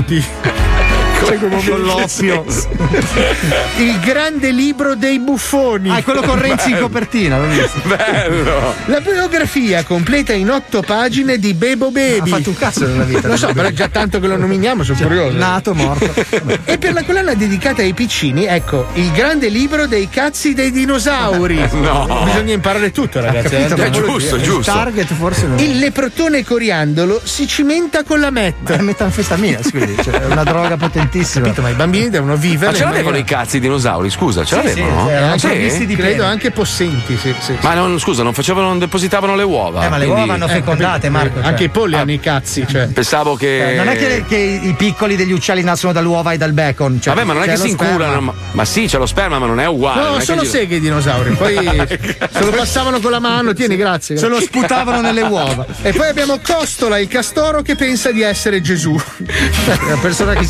Con l'oppio. Il grande libro dei buffoni. È quello con Renzi in copertina, l'ho visto. Bello. La biografia completa in 8 pagine di Bebo Baby. Ha fatto un cazzo nella vita. Lo so, però è già tanto che lo nominiamo, sono curioso. Nato, morto. E per la collana dedicata ai piccini, ecco, il grande libro dei cazzi dei dinosauri. No. Bisogna imparare tutto, ragazzi. È giusto. Il target forse non. Il leprotone coriandolo si cimenta con la metta. È metanfetamina, scusi, cioè è una droga potentissima. Capito, ma i bambini devono vivere. Ma ce l'avevano i cazzi i dinosauri, scusa, ce l'avevano? Credo anche possenti, sì. Ma non depositavano le uova. Ma le uova vanno fecondate, Marco. Anche i polli hanno i cazzi, cioè. Pensavo che. Non è che i piccoli degli uccelli nascono dall'uova e dal bacon. Cioè, vabbè, ma non è che si inculano. Ma sì, c'è lo sperma, ma non è uguale. No, sono seghe i dinosauri. Poi se lo passavano con la mano, tieni, grazie. Se lo sputavano nelle uova. E poi abbiamo Costola, il castoro che pensa di essere Gesù. Una persona che si sopravvaluta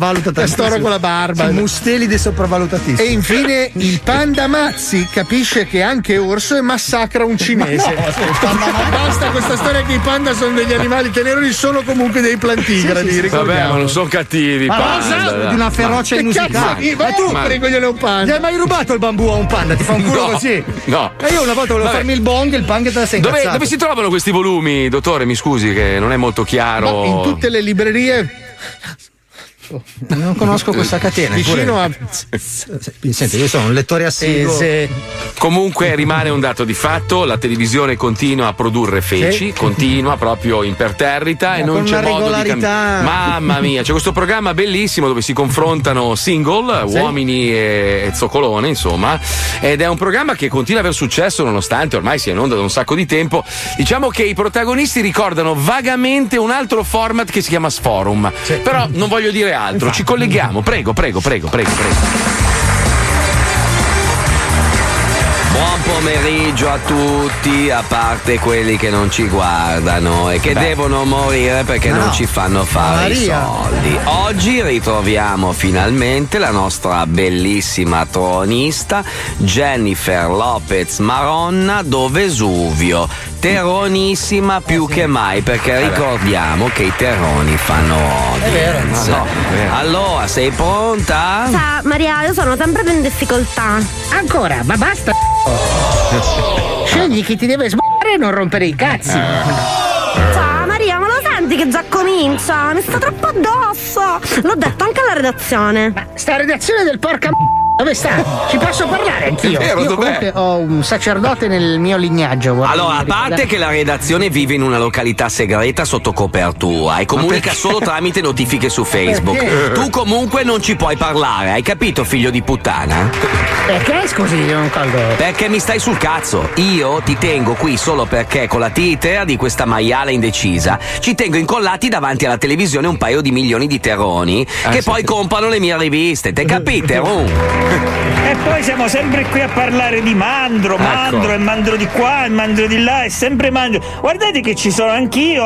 sopravvaluta tantissimo. Toro con la barba. Sì, mustelide sopravvalutatissimo. E infine il panda Mazzi capisce che anche orso e massacra un cinese. Basta questa storia che i panda sono degli animali teneroli, sono comunque dei plantigradi. Vabbè, ma non sono cattivi. Di una ferocia inusitata. Ma tu pregoglielo a un panda. Gli hai mai rubato il bambù a un panda? Ti fa un culo così? No. E io una volta volevo farmi il bong e il panda te la sei incazzato. Dove si trovano questi volumi, dottore? Mi scusi che non è molto chiaro. Ma in tutte le librerie. Non conosco questa catena. Vicino a. Senti, io sono un lettore assiduo. Comunque rimane un dato di fatto: la televisione continua a produrre feci, continua proprio imperterrita e non c'è modo di cambiare. Mamma mia, c'è questo programma bellissimo dove si confrontano single, uomini e zoccolone, insomma, ed è un programma che continua ad aver successo nonostante ormai sia in onda da un sacco di tempo. Diciamo che i protagonisti ricordano vagamente un altro format che si chiama Sforum, però non voglio dire altro, ci colleghiamo, prego. Buon pomeriggio a tutti, a parte quelli che non ci guardano e che devono morire perché non ci fanno fare i soldi. Oggi ritroviamo finalmente la nostra bellissima tronista Jennifer Lopez Maronna do Vesuvio, terronissima più che mai, perché ricordiamo che i terroni fanno odio. Allora, sei pronta? Ciao Maria, io sono sempre più in difficoltà. Ancora, ma basta. Scegli chi ti deve sbagliare e non rompere i cazzi. Ciao Maria, ma lo senti che già comincia? Mi sta troppo addosso. L'ho detto anche alla redazione. Ma sta redazione del porca dove sta? Ci posso parlare anch'io? Io comunque ho un sacerdote nel mio lignaggio. Allora, a parte che la redazione vive in una località segreta sotto copertura e comunica solo tramite notifiche su Facebook. Perché? Tu comunque non ci puoi parlare, hai capito, figlio di puttana? Perché? Scusi, non colgo. Perché mi stai sul cazzo. Io ti tengo qui solo perché con la tiritera di questa maiala indecisa ci tengo incollati davanti alla televisione un paio di milioni di terroni che poi comprano le mie riviste, te capite? E poi siamo sempre qui a parlare di mandro e mandro di qua e mandro di là e sempre mangio. Guardate che ci sono anch'io,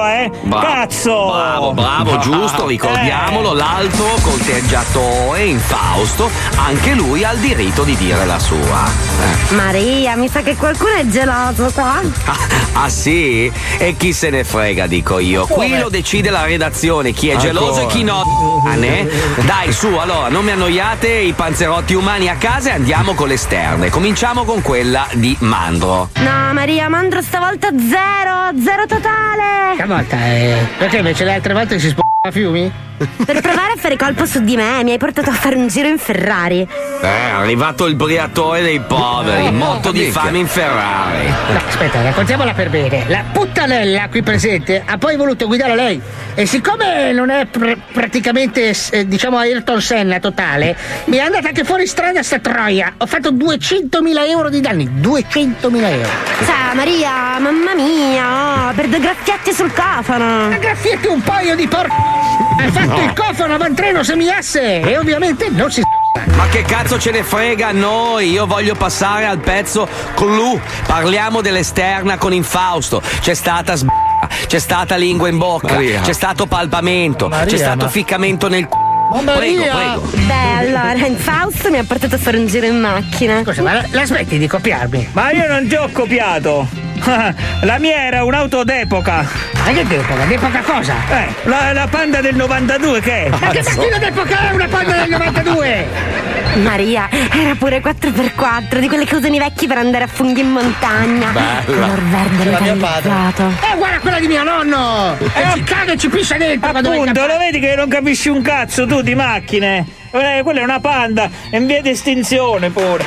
Cazzo! Bravo, giusto, ricordiamolo, l'altro conteggiatore Infausto, anche lui ha il diritto di dire la sua. Maria, mi sa che qualcuno è geloso qua. Ah sì? E chi se ne frega, dico io. Qui lo decide la redazione, chi è geloso e chi no. Dai, su, allora, non mi annoiate, i panzerotti umani a casa e andiamo con le esterne. Cominciamo con quella di Mandro. No, Maria, Mandro stavolta zero totale. Stavolta, perché invece le altre volte si a fiumi? Per provare a fare colpo su di me, mi hai portato a fare un giro in Ferrari. È arrivato il briatore dei poveri, morto di fame in Ferrari. No, aspetta, raccontiamola per bene. La puttanella qui presente ha poi voluto guidare lei. E siccome non è praticamente, diciamo, Ayrton Senna totale, mi è andata anche fuori strada sta troia. Ho fatto 200.000 euro di danni. 200.000 euro. Ciao Maria, mamma mia, per 2 graffietti sul cofano. Graffietti un paio di Hai fatto il cofano avantreno semiasse e ovviamente non si Ma che cazzo ce ne frega a noi? Io voglio passare al pezzo clou. Parliamo dell'esterna con Infausto. C'è stata c'è stata lingua in bocca, c'è stato palpamento, c'è stato ficcamento nel Prego. Beh, allora, Infausto mi ha portato a fare un giro in macchina. Scusa, ma la smetti di copiarmi? Ma io non ti ho copiato. La mia era un'auto d'epoca. Ma che d'epoca? D'epoca cosa? La Panda del 92 che è? Ma che macchina d'epoca è una Panda del 92? Maria, era pure 4x4, di quelle che usano i vecchi per andare a funghi in montagna. Color verde metallizzato. Guarda quella di mio nonno! Ci caga e ci piscia dentro. Appunto, lo vedi che non capisci un cazzo tu di macchine? Quella è una Panda, è in via di estinzione pure.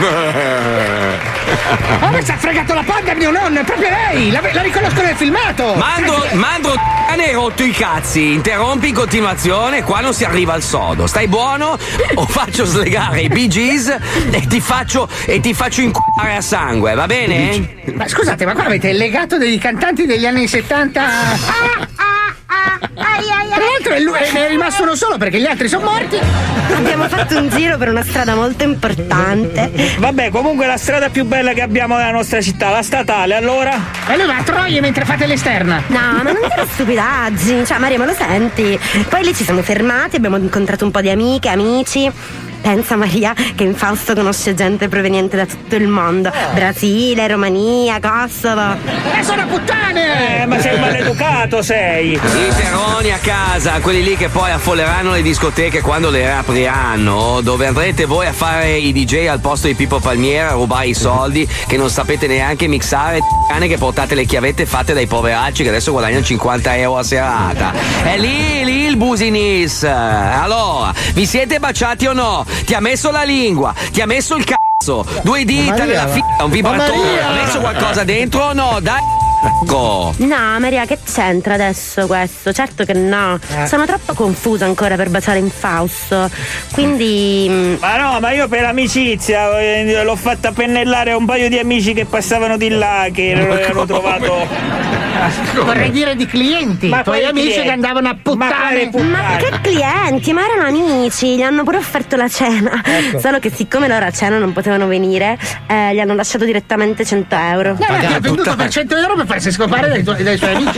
Ma ci ha fregato la Panda mio nonno, è proprio lei! La riconosco nel filmato! Mando ne hai rotto i cazzi, interrompi in continuazione, qua non si arriva al sodo. Stai buono o faccio slegare i Bee Gees e ti faccio inculare a sangue, va bene? Ma scusate, ma qua avete il legato dei cantanti degli anni 70? Tra l'altro ne è rimasto uno solo perché gli altri sono morti. Abbiamo fatto un giro per una strada molto importante. Vabbè, comunque la strada più bella che abbiamo nella nostra città, la statale, allora? E lui va a Troia mentre fate l'esterna. No, ma non dire stupidaggini. Cioè, Maria, ma lo senti? Poi lì ci siamo fermati, abbiamo incontrato un po' di amiche, amici. Pensa, Maria, che in Fausto conosce gente proveniente da tutto il mondo. Brasile, Romania, Kosovo. E sono puttane! Ma sei maleducato, sei! I terroni a casa, quelli lì che poi affolleranno le discoteche quando le riapriranno, dove andrete voi a fare i DJ al posto di Pippo Palmiera, a rubare i soldi che non sapete neanche mixare, cane che portate le chiavette fatte dai poveracci che adesso guadagnano 50 euro a serata. È lì il business. Allora, vi siete baciati o no? Ti ha messo la lingua, ti ha messo il cazzo, 2 dita nella fila, un vibratore, ha messo qualcosa dentro o no? Dai. No, Maria, che c'entra adesso questo? Certo che no. Sono troppo confusa ancora per baciare in Fausto. Quindi. Ma no, ma io per amicizia l'ho fatta pennellare a un paio di amici che passavano di là, che lo avevano trovato. Vorrei dire di clienti, Ma tuoi quali amici clienti? che andavano a puttane. Ma che clienti? Ma erano amici, gli hanno pure offerto la cena. Ecco. Solo che siccome loro a cena non potevano venire, gli hanno lasciato direttamente 100 euro. No, ti ha venduto per 100 euro per farsi scopare dai suoi amici.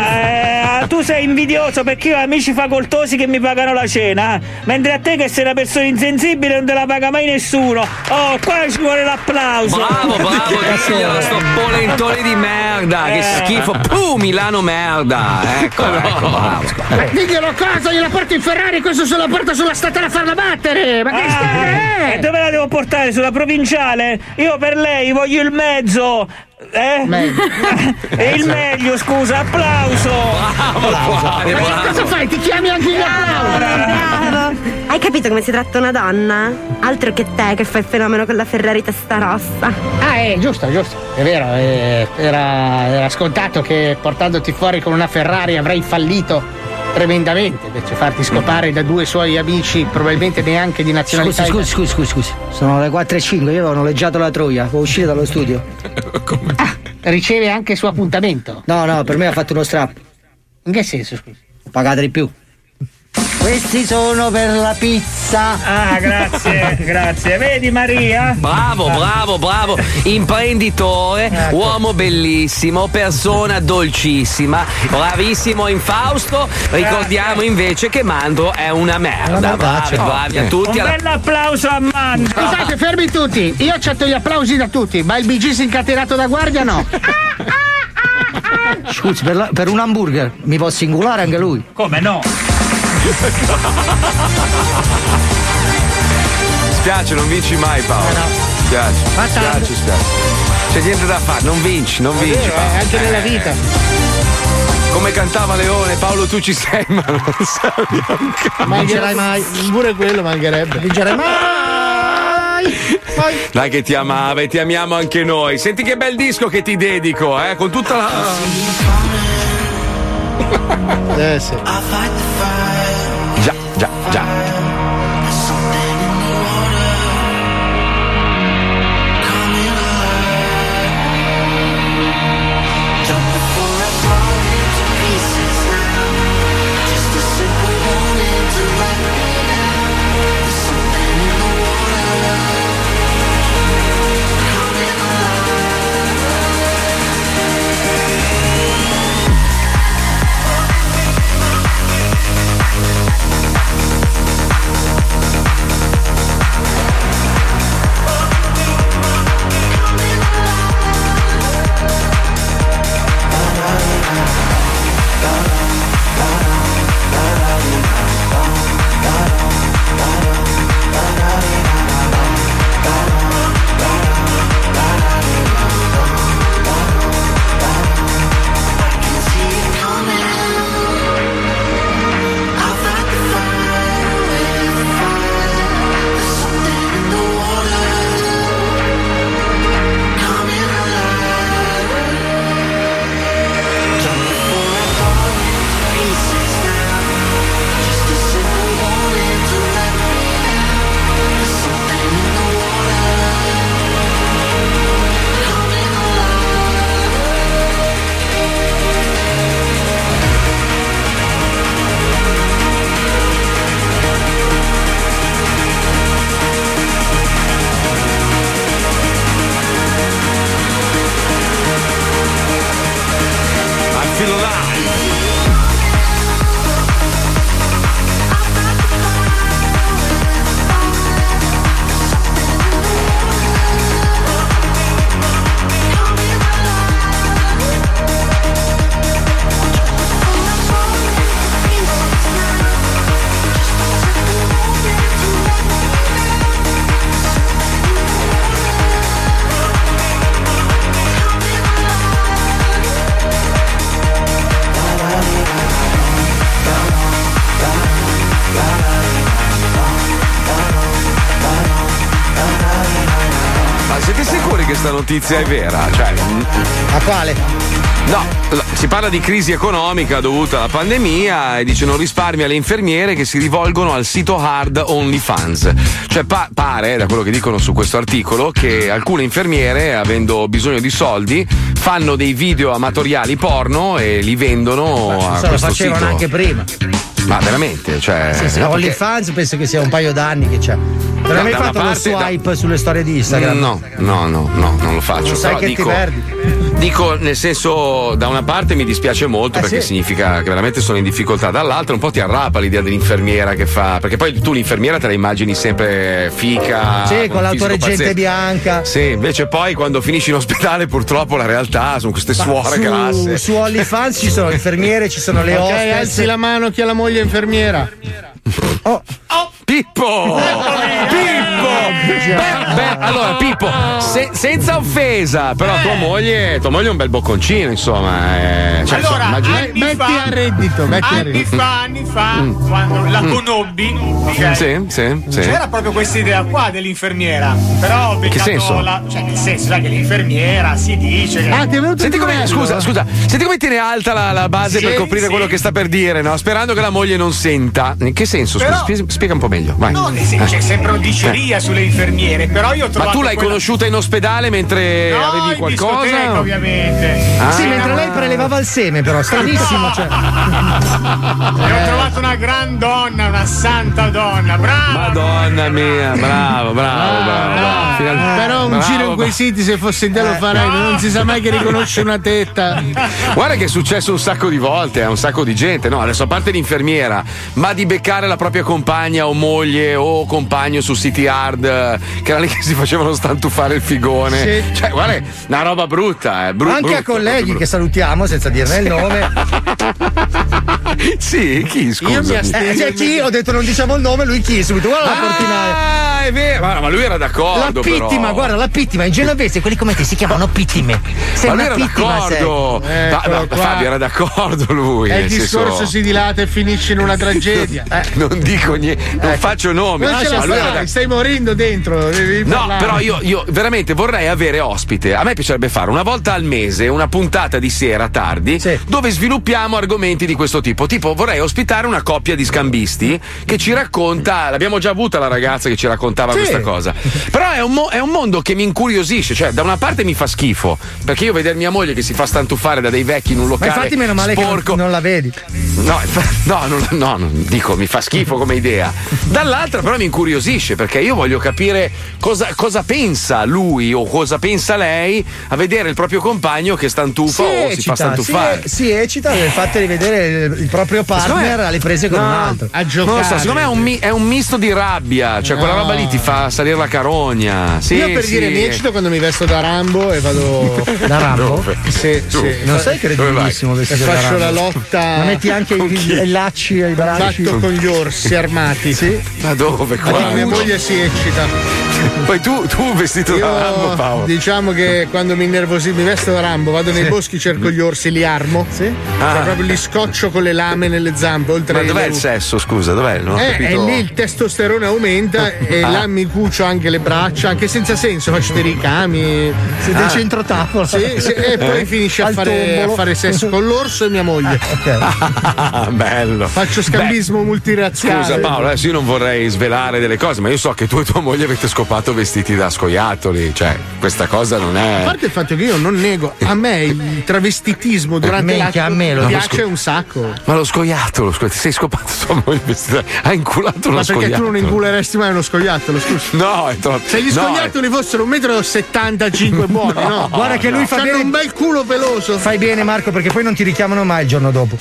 Tu sei invidioso perché io ho amici facoltosi che mi pagano la cena, mentre a te che sei una persona insensibile non te la paga mai nessuno. Oh, qua ci vuole l'applauso. Bravo, diglielo, sto polentone di merda, che schifo. Milano merda. Ecco, bravo. Diglielo cosa, gliela porto in Ferrari, questo se la porta sulla statale a farla battere. Ma che E dove la devo portare? Sulla provinciale? Io per lei voglio il mezzo. E il meglio, scusa, applauso. Ma cosa fai? Ti chiami anche gli applausi? Bravo. Hai capito come si tratta una donna? Altro che te che fai il fenomeno con la Ferrari testa rossa. Giusto. È vero, era scontato che portandoti fuori con una Ferrari avrei fallito tremendamente, invece farti scopare da 2 suoi amici, probabilmente neanche di nazionalità. Scusi. Sono le 4:05, io avevo noleggiato la Troia, può uscire dallo studio. Riceve anche il suo appuntamento? No, per me ha fatto uno strap. In che senso, scusi? Pagate di più. Questi sono per la pizza. Grazie. Vedi, Maria? Bravo. Imprenditore, uomo bellissimo, persona dolcissima, bravissimo in Fausto. Ricordiamo invece che Mandro è una merda. Bravi a tutti. Un bel applauso a Mandro. Scusate, fermi tutti. Io accetto gli applausi da tutti, ma il BG incatenato da guardia no. Scusi, per un hamburger mi può singolare anche lui? Come no? Spiace, non vinci mai, Paolo. Spiace. C'è niente da fare, non vinci. Anche nella vita. Come cantava Leone, Paolo tu ci sei, ma non servi a un cazzo. Mangerai mai. Pure quello mancherebbe. Vincerai mai. Dai che ti amava e ti amiamo anche noi. Senti che bel disco che ti dedico, con tutta la. Sì. Già. siete sicuri che sta notizia è vera? Cioè, a quale? No, si parla di crisi economica dovuta alla pandemia e dice non risparmia le infermiere che si rivolgono al sito hard OnlyFans. Cioè pare, da quello che dicono su questo articolo, che alcune infermiere, avendo bisogno di soldi, fanno dei video amatoriali porno e li vendono a questo lo facevano sito. anche prima. Ma veramente? Cioè, sì, no, OnlyFans penso che sia un paio d'anni che c'è. Non hai mai fatto lo swipe sulle storie di Instagram? No, non lo faccio. Non sai però che ti perdi. Dico, nel senso, da una parte mi dispiace molto perché significa che veramente sono in difficoltà, dall'altra un po' ti arrapa l'idea dell'infermiera che fa, perché poi tu l'infermiera te la immagini sempre fica. Sì, con l'autoreggente bianca. Sì, invece poi quando finisci in ospedale purtroppo la realtà sono queste suore grasse. Su OnlyFans ci sono infermiere, ci sono le hostess. Ok, alzi la mano chi ha la moglie infermiera. Pippo! Beh, allora Pippo, senza offesa, però tua moglie è un bel bocconcino, insomma. Cioè, allora, metti a reddito. Anni fa, quando la conobbi, okay, sì. c'era proprio questa idea qua dell'infermiera. Però ho beccato che senso? Cioè, nel senso, sai che l'infermiera si dice che. ti è venuto senti come, scusa, senti come tiene alta la base per coprire quello che sta per dire, no? Sperando che la moglie non senta. In che senso? Però, spiega un po' meglio. Vai. No, nel senso, c'è sempre una diceria sulle infermiere, però io ho trovato. Ma tu l'hai conosciuta in ospedale mentre avevi qualcosa? No, ovviamente. Sì, mentre lei prelevava il seme, però, stranissimo. Cioè. E ho trovato una gran donna, una santa donna, brava. Madonna mia, bravo. Però un giro in quei siti, se fosse in te lo farei, non si sa mai che riconosce una tetta. Guarda che è successo un sacco di volte a un sacco di gente, no? Adesso a parte l'infermiera, ma di beccare la propria compagna o moglie o compagno su siti hard, che erano lì che si facevano stantufare il figone. Sì. Cioè, guarda, una roba brutta, anche a colleghi che salutiamo senza dirne il nome. Sì, chi scusa? Io mi astengo. Chi? Ho detto non diciamo il nome, lui chi? Subito, guarda la portinaia. Ah, è vero, ma lui era d'accordo. La pittima, però. Guarda, la pittima, in genovese quelli come te si chiamano pittime. Sei ma lui una era pittima, d'accordo. Fabio era d'accordo lui. E il discorso si dilata e finisce in una tragedia. Non dico niente, non faccio nomi. Non ce la stai morendo dentro. No, però io veramente vorrei avere ospite. A me piacerebbe fare una volta al mese una puntata di sera tardi dove sviluppiamo argomenti di questo tipo. Tipo, vorrei ospitare una coppia di scambisti che ci racconta. L'abbiamo già avuta la ragazza che ci raccontava questa cosa. Però è un mondo che mi incuriosisce. Cioè, da una parte mi fa schifo, perché io vedere mia moglie che si fa stantuffare da dei vecchi in un locale. Ma infatti, meno male sporco, che non la vedi. No, dico, mi fa schifo come idea. Dall'altra, però, mi incuriosisce perché io voglio capire cosa pensa lui o cosa pensa lei a vedere il proprio compagno che stantuffa o si fa stantuffare. Si eccita il fatto di vedere il proprio partner alle prese con un altro. A giocare. Non lo so, secondo me è un misto di rabbia, cioè quella roba lì ti fa salire la carogna. Sì, io per dire mi eccito quando mi vesto da Rambo e vado. Da Rambo? Dove? Sì. Non sei credibilissimo vestito da Rambo. Faccio la lotta. Ma metti anche i lacci ai bracci. Batto con gli orsi armati. Sì. Ma dove? Ma mia moglie si eccita. Poi tu vestito da Rambo, Paolo. Diciamo che quando mi innervosisco mi vesto da Rambo, vado nei boschi, cerco gli orsi, li armo. Cioè proprio li scoccio con le lame nelle zampe. Oltre ma dov'è il sesso, scusa? Dov'è? Non ho capito. E lì il testosterone aumenta e là mi cucio anche le braccia, anche senza senso, faccio dei ricami. Siete centro tavola. Sì, e poi finisce a fare sesso con l'orso e mia moglie. Bello. Faccio scambismo multirazziale. Scusa Paolo, adesso io non vorrei svelare delle cose, ma io so che tu e tua moglie avete scopato vestiti da scoiattoli, cioè questa cosa non è. A parte il fatto che io non nego, a me il travestitismo durante l'atto a me mi piace un sacco. Ma lo scoiattolo, ti sei scopato tua moglie vestita, ha inculato uno scoiattolo. Ma perché tu non inculeresti mai uno scoiattolo, scusa? No, è troppo. Se gli scoiattoli fossero 1,75 m buoni, no? Guarda che lui fa bene. un bel culo peloso. Fai bene Marco, perché poi non ti richiamano mai il giorno dopo.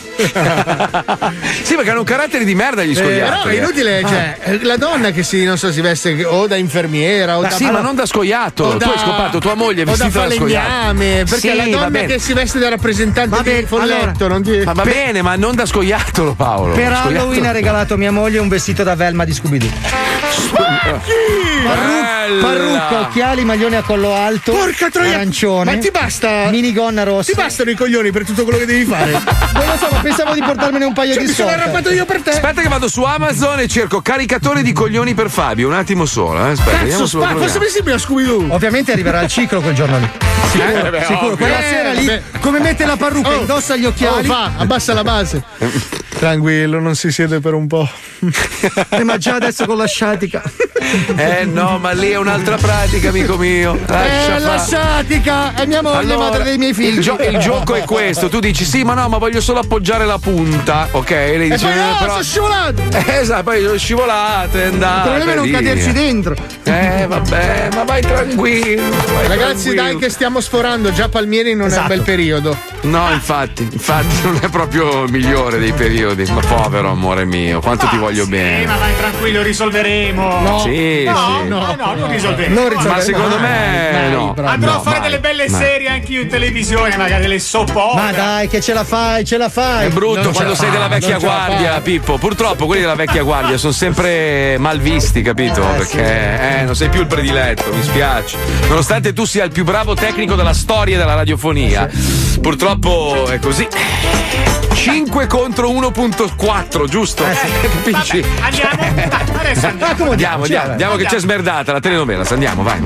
Sì, perché hanno un carattere di merda gli scoiattoli. Però è inutile, cioè, la donna che non si veste o da infermiera o da. Sì, ma non da scoiattolo. Tu hai scopato tua moglie vestita da scoiattolo. Perché la donna che si veste da rappresentante di folletto, non ti. Ma va bene, ma non da scoiattolo, Paolo. Per Halloween ha regalato a mia moglie un vestito da Velma di Scooby-Doo. bella! Parrucca, occhiali, maglione a collo alto. Porca troia! Arancione. Ma ti basta? Minigonna rossa. Ti bastano i coglioni per tutto quello che devi fare? Non lo so, ma pensavo di portarmene un paio di Mi sono scorte. arrabbiato io per te. Aspetta che vado su Amazon e cerco caricatore di coglioni per Fabio. Un attimo solo, aspetta. Cazzo, fosse possibile a Scooby-Doo? Ovviamente arriverà il ciclo quel giorno lì. Sicuro, beh, sicuro. ovvio. Quella sera lì, come mette la parrucca, indossa gli occhiali. Va, abbassa la base. Tranquillo, non si siede per un po'. Ma già adesso con la sciatica. No, ma lì è un'altra pratica, amico mio. La sciatica è mia moglie, madre dei miei figli. Il gioco è questo: tu dici sì, ma no, ma voglio solo appoggiare la punta, ok? E lei dice, poi no, però... sono scivolato. Esatto, poi sono scivolate, andate. Il problema è non caderci dentro. Vabbè, ma vai tranquillo. Ragazzi, dai, che stiamo sforando. Già Palmieri non è un bel periodo. No, infatti non è proprio il migliore dei periodi. Ma povero amore mio, quanto ti voglio bene. Ma vai tranquillo, risolveremo. No. Sì, no, non risolveremo. Ma secondo me no. Andrò a fare delle belle serie anch'io in televisione, magari delle soap opera. Ma dai, che ce la fai. È brutto quando sei della vecchia guardia, Pippo. Purtroppo quelli della vecchia guardia sono sempre mal visti, capito? Perché non sei più il prediletto, mi spiace. Nonostante tu sia il più bravo tecnico della storia della radiofonia, purtroppo è così. 5 contro 1.4, giusto? Capisci? Andiamo? Adesso andiamo che c'è smerdata la telenovela. Andiamo, vai.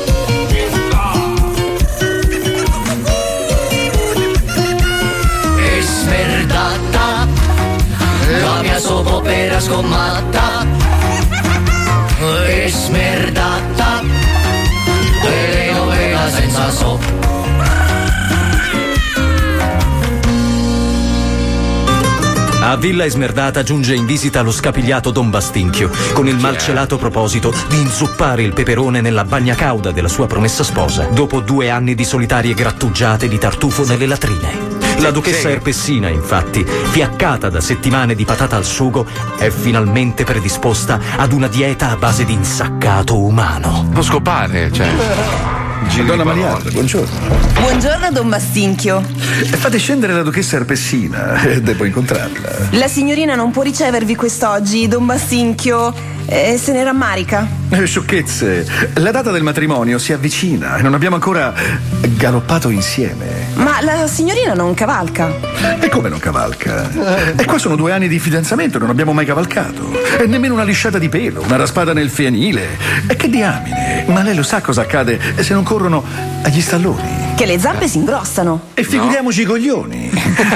È smerdata la mia soap opera scomatta. È smerdata telenovela senza so. A Villa Esmerdata giunge in visita lo scapigliato Don Bastinchio con il malcelato proposito di inzuppare il peperone nella bagna cauda della sua promessa sposa dopo 2 anni di solitarie grattugiate di tartufo nelle latrine. La duchessa Erpessina, infatti, fiaccata da settimane di patata al sugo, è finalmente predisposta ad una dieta a base di insaccato umano. Può scopare, cioè. Donna Maliarda, buongiorno. Buongiorno, Don Bastinchio. Fate scendere la duchessa Erpessina, devo incontrarla. La signorina non può ricevervi quest'oggi, Don Bastinchio. Se ne rammarica. Sciocchezze. La data del matrimonio si avvicina e non abbiamo ancora galoppato insieme. Ma la signorina non cavalca. E come non cavalca? E qua sono 2 anni di fidanzamento, non abbiamo mai cavalcato. E nemmeno una lisciata di pelo, una raspata nel fienile. E che diamine. Ma lei lo sa cosa accade se non corrono agli stalloni? Che le zampe si ingrossano. E figuriamoci i coglioni.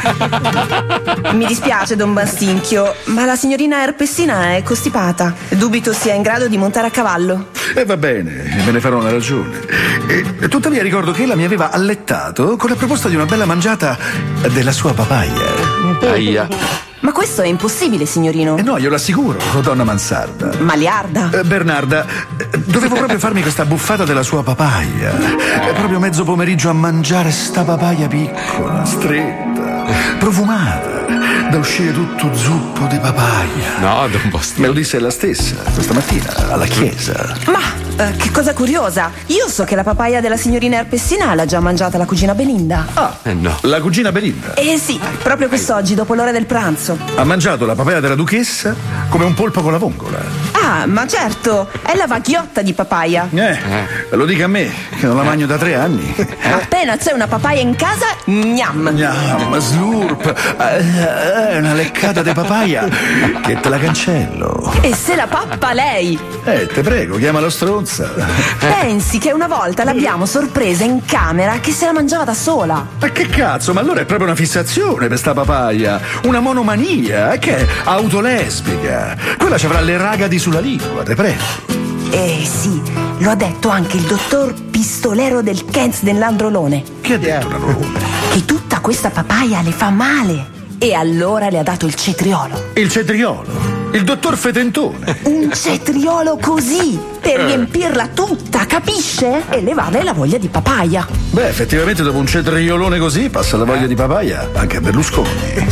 Mi dispiace, Don Bastinchio, ma la signorina Erpessina è costipata. Dubito sia in grado di montare a cavallo. E va bene, me ne farò una ragione. Tuttavia ricordo che ella mi aveva allettato con la proposta di una bella mangiata della sua papaya. Ma questo è impossibile, signorino. No, io l'assicuro, donna Mansarda. Maliarda. Bernarda, dovevo proprio farmi questa buffata della sua papaya. Proprio mezzo pomeriggio a mangiare sta papaya piccola, stretta, profumata, da uscire tutto zuppo di papaya. No, Don Bastinchio. Me lo disse ella stessa, questa mattina, alla chiesa. Ma che cosa curiosa. Io so che la papaya della signorina Erpessina l'ha già mangiata la cugina Belinda. No. La cugina Belinda? Sì, proprio quest'oggi, dopo l'ora del pranzo. Ha mangiato la papaya della duchessa come un polpo con la vongola. Ah, ma certo, è la vaghiotta di papaya. Lo dica a me, che non la mangio da 3 anni. Appena c'è una papaya in casa, gnam. Gnam, slurp, una leccata di papaya che te la cancello. E se la pappa lei? Te prego, chiama lo stronza. Pensi che una volta l'abbiamo sorpresa in camera che se la mangiava da sola. Ma che cazzo, ma allora è proprio una fissazione per sta papaya. Una monomania, che è autolesbica. Quella ci avrà le ragadi sulla lingua, te prego. Sì, lo ha detto anche il dottor Pistolero del Kenz dell'Androlone. Che ha detto l'androlone? Che tutta questa papaya le fa male. E allora le ha dato il cetriolo. Il cetriolo? Il dottor Fetentone? Un cetriolo così, per riempirla tutta, capisce? E levare la voglia di papaya. Beh, effettivamente dopo un cetriolone così passa la voglia di papaya anche a Berlusconi.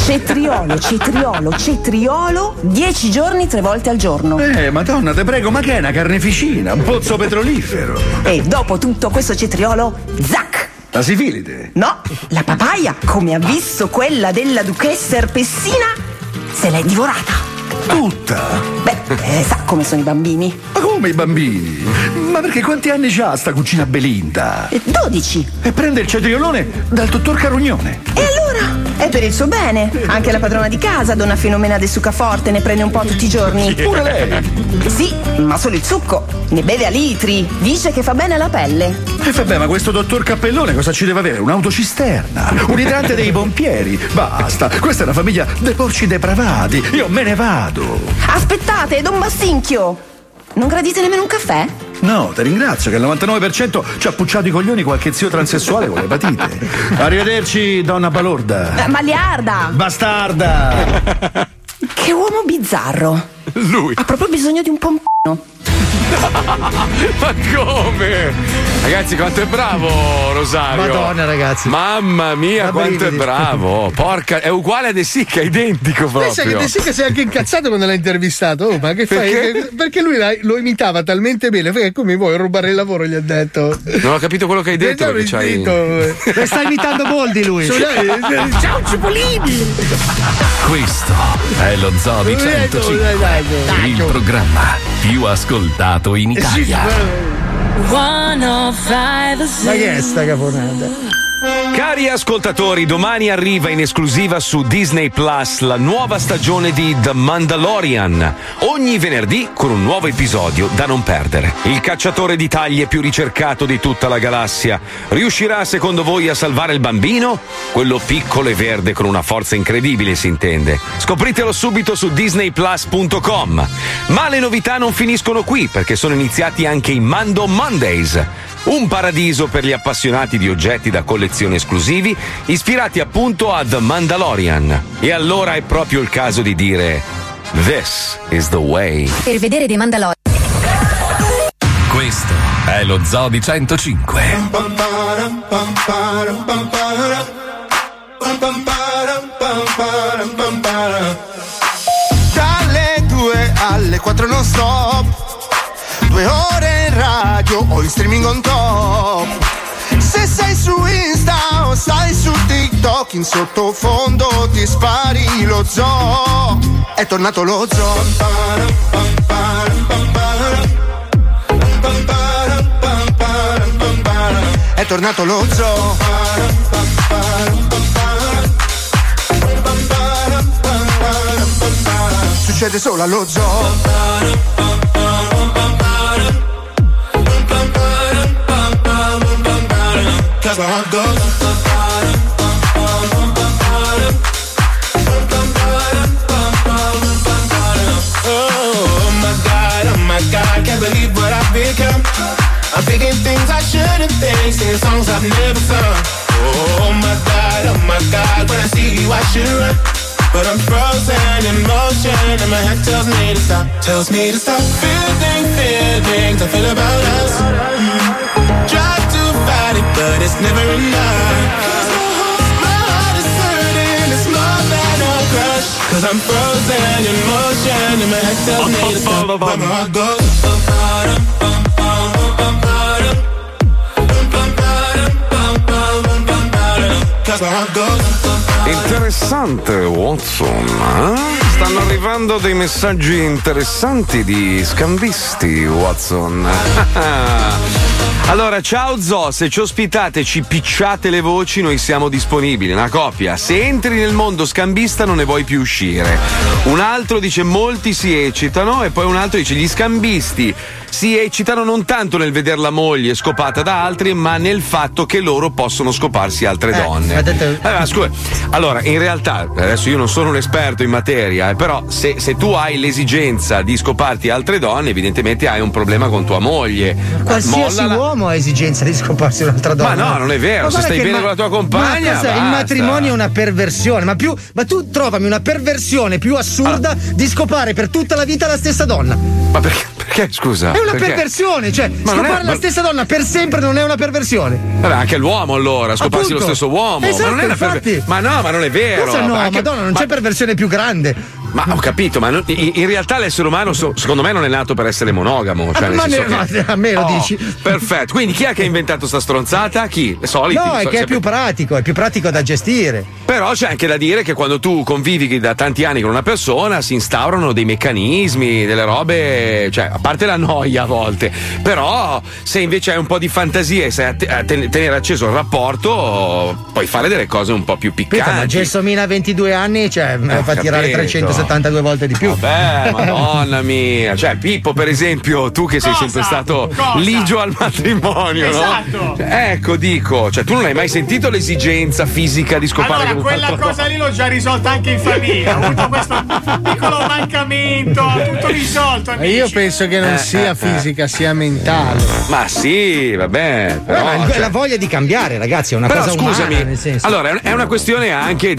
Cetriolo, 10 giorni 3 volte al giorno. Madonna, te prego, ma che è una carneficina? Un pozzo petrolifero? E dopo tutto questo cetriolo, zac! La sifilide? No, la papaya, come ha visto quella della duchessa Erpessina, se l'è divorata. Tutta? Beh, sa come sono i bambini. Ma come i bambini? Ma perché quanti anni c'ha sta cucina Belinda? 12. E prende il cetriolone dal dottor Carognone. E allora? È per il suo bene. Anche la padrona di casa, donna Filomena de Succaforte, ne prende un po' tutti i giorni. Pure lei? Sì, ma solo il succo. Ne beve a litri. Dice che fa bene alla pelle. E vabbè, ma questo dottor Cappellone cosa ci deve avere? Un'autocisterna? Un idrante dei pompieri? Basta, questa è una famiglia dei porci depravati. Io me ne vado. Aspettate, Don Bastinchio. Non gradite nemmeno un caffè? No, ti ringrazio che il 99% ci ha pucciato i coglioni qualche zio transessuale con l'epatite. Arrivederci, donna balorda. Maliarda. Bastarda. Che uomo bizzarro. Lui. Ha proprio bisogno di un pompino. Ma come? Ragazzi, quanto è bravo Rosario. Madonna, ragazzi. Mamma mia, quanto è bravo. Porca, è uguale a De Sica, identico proprio. Pensa che De Sica si è anche incazzato quando l'ha intervistato. Oh, ma che fai? Perché lui lo imitava talmente bene. Perché come vuoi rubare il lavoro, gli ha detto. Non ho capito quello che hai detto. Lo sta imitando Boldi lui. Ciao Cipollini. Questo è lo Zoo di 105, il programma più ascoltato in Italia. Ma che è sta caponata? Cari ascoltatori, domani arriva in esclusiva su Disney Plus la nuova stagione di The Mandalorian. Ogni venerdì con un nuovo episodio da non perdere. Il cacciatore di taglie più ricercato di tutta la galassia riuscirà secondo voi a salvare il bambino? Quello piccolo e verde con una forza incredibile, si intende. Scopritelo subito su disneyplus.com. Ma le novità non finiscono qui, perché sono iniziati anche i Mando Mondays. Un paradiso per gli appassionati di oggetti da collezione esclusivi, ispirati appunto a The Mandalorian. E allora è proprio il caso di dire: This is the way. Per vedere The Mandalorian. Questo è lo Zoo di 105. Dalle 2 alle 4 non stop. 2 ore in radio o in streaming on top. Se sei su Insta o stai su TikTok, in sottofondo ti spari lo zoo. È tornato lo zoo. È tornato lo zoo. Succede solo allo zoo. Oh my God, can't believe what I've become. I'm thinking things I shouldn't think, singing songs I've never sung. Oh my God, when I see you I should run. But I'm frozen in motion and my head tells me to stop. Tells me to stop feelings I feel about us. Try to fight it, but it's never enough. My heart is hurting, it's more than a crush. Cause I'm frozen in motion and my head tells me to stop. But my heart goes. Cause my heart goes. Interessante, Watson. Stanno arrivando dei messaggi interessanti di scambisti, Watson. Allora, ciao Zo, se ci ospitate ci picciate le voci, noi siamo disponibili, una coppia. Se entri nel mondo scambista non ne vuoi più uscire. Un altro dice molti si eccitano e poi un altro dice gli scambisti si eccitano non tanto nel vedere la moglie scopata da altri, ma nel fatto che loro possono scoparsi altre donne. Scusa, allora, in realtà, adesso io non sono un esperto in materia, però se tu hai l'esigenza di scoparti altre donne, evidentemente hai un problema con tua moglie. Qualsiasi uomo ha esigenza di scoparsi un'altra donna. Ma no, non è vero, se stai bene con la tua compagna. Il matrimonio è una perversione, ma tu trovami una perversione più assurda di scopare per tutta la vita la stessa donna. Ma perché scusa? È una perversione, cioè scopare la stessa donna per sempre non è una perversione. Vabbè, anche l'uomo allora, scoparsi lo stesso uomo. Esatto, ma non è una perversione. Ma no, ma non è vero. Cosa no, Madonna, non c'è perversione più grande. Ma ho capito, ma in realtà l'essere umano secondo me non è nato per essere monogamo. Cioè a me lo dici. Perfetto. Quindi chi è che ha inventato sta stronzata? Chi? Le soliti? No, è che è più pratico da gestire. Però c'è anche da dire che quando tu convivi da tanti anni con una persona si instaurano dei meccanismi, delle robe, cioè a parte la noia a volte, però se invece hai un po' di fantasia e sai a tenere acceso il rapporto, puoi fare delle cose un po' più piccanti. Ma Gelsomina a 22 anni, cioè fa tirare 372 volte di più. Vabbè, madonna mia. Cioè Pippo, per esempio, tu che sei sempre stato ligio al matrimonio, esatto. No? Ecco, dico, cioè tu non hai mai sentito l'esigenza fisica di scopare allora, quella cosa lì l'ho già risolta anche in famiglia. Ho avuto questo piccolo mancamento, tutto risolto. Amici. Io penso che non sia fisica, sia mentale. Ma sì, vabbè. Però, la voglia di cambiare, ragazzi, è una però, cosa scusami, umana, nel senso. Allora, è una questione anche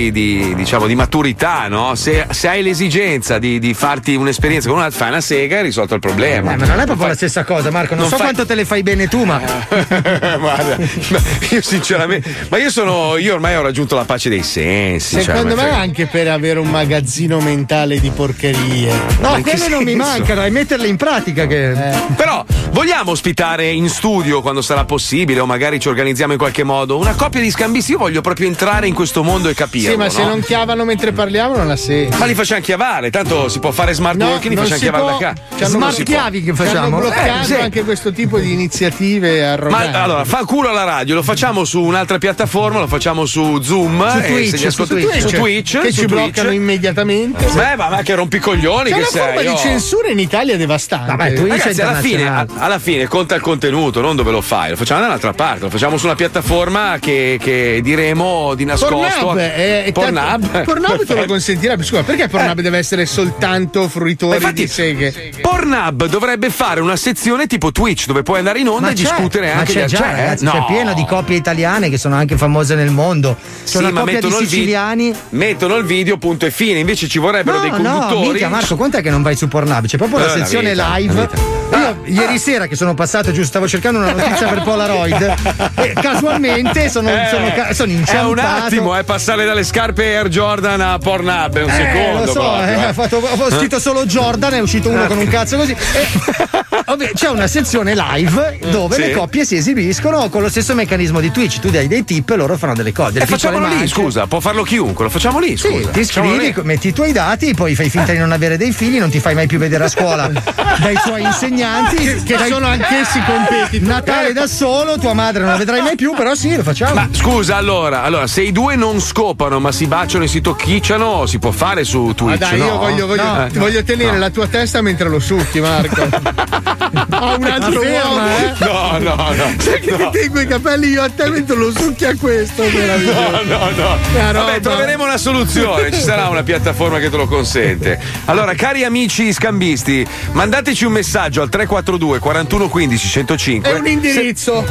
di maturità, no? Se hai l'esigenza di farti un'esperienza con fai una sega, hai risolto il problema. Ma non è proprio la stessa cosa, Marco. Non so quanto te le fai bene tu, ma. Guarda, io sinceramente. Ma io ormai ho raggiunto la pace dei sensi. Secondo me anche per avere un magazzino mentale di porcherie. No, quelle non mi mancano, è metterle in pratica che. Però vogliamo ospitare in studio quando sarà possibile, o magari ci organizziamo in qualche modo, una coppia di scambisti. Io voglio proprio entrare in questo mondo e capirlo. Sì, ma se non chiavano mentre parliamo non ha senso. Ma li facciamo chiavare, tanto si può fare smart working, li facciamo chiavare da casa. Smart chiavi che facciamo. Hanno bloccato anche questo tipo di iniziative arroganti. Ma allora, fa culo alla radio, lo facciamo su un'altra piattaforma, lo facciamo su Zoom, su Twitch che ci bloccano immediatamente. Beh, ma che rompicoglioni che sei. C'è una forma di censura in Italia devastante. Ragazzi, alla fine conta il contenuto, non dove lo fai. Lo facciamo da un'altra parte, lo facciamo su una piattaforma che diremo di nascosto. Pornhub te lo consentirà. Scusa, perché Pornhub deve essere soltanto fruitori di seghe? Pornhub dovrebbe fare una sezione tipo Twitch dove puoi andare in onda e discutere anche. Ma c'è già, ragazzi, c'è pieno di coppie italiane che sono anche famose nel mondo. C'è una coppia di siciliani. Mettono il video, punto e fine. Invece ci vorrebbero dei conduttori. No, minchia, Marco, quant'è che non vai su Pornhub? C'è proprio la sezione live. Io ieri sera che sono passato giù, stavo cercando una notizia per Polaroid e casualmente sono inciampato. È un attimo, passare dalle scarpe Air Jordan a Pornhub, è un secondo. Lo so, ho scritto solo Jordan, è uscito uno con un cazzo così. C'è una sezione live dove le coppie si esibiscono con lo stesso meccanismo di Twitch. Tu dai dei tip e loro fanno delle cose. E facciamolo lì, scusa, può farlo chiunque, lo facciamo lì, scusa. Sì, ti iscrivi, metti i tuoi dati, poi fai finta di non avere dei figli, non ti fai mai più vedere a scuola dai tuoi insegnanti che sono anch'essi competitor. Natale da solo, tua madre non la vedrai mai più, però sì, lo facciamo. Ma scusa, allora se i due non scopano ma si baciano e si tocchicciano, si può fare su Twitch. Ma dai, io voglio tenere la tua testa mentre lo succhi, Marco. Ho un altro uomo. No. Sai che ti tengo i capelli io a te mentre lo succhi a questo. No. Vabbè, troveremo una soluzione, ci sarà una piattaforma che te lo consente. Allora, cari amici scambisti, mandateci un messaggio al 342 41 15 105. È un indirizzo.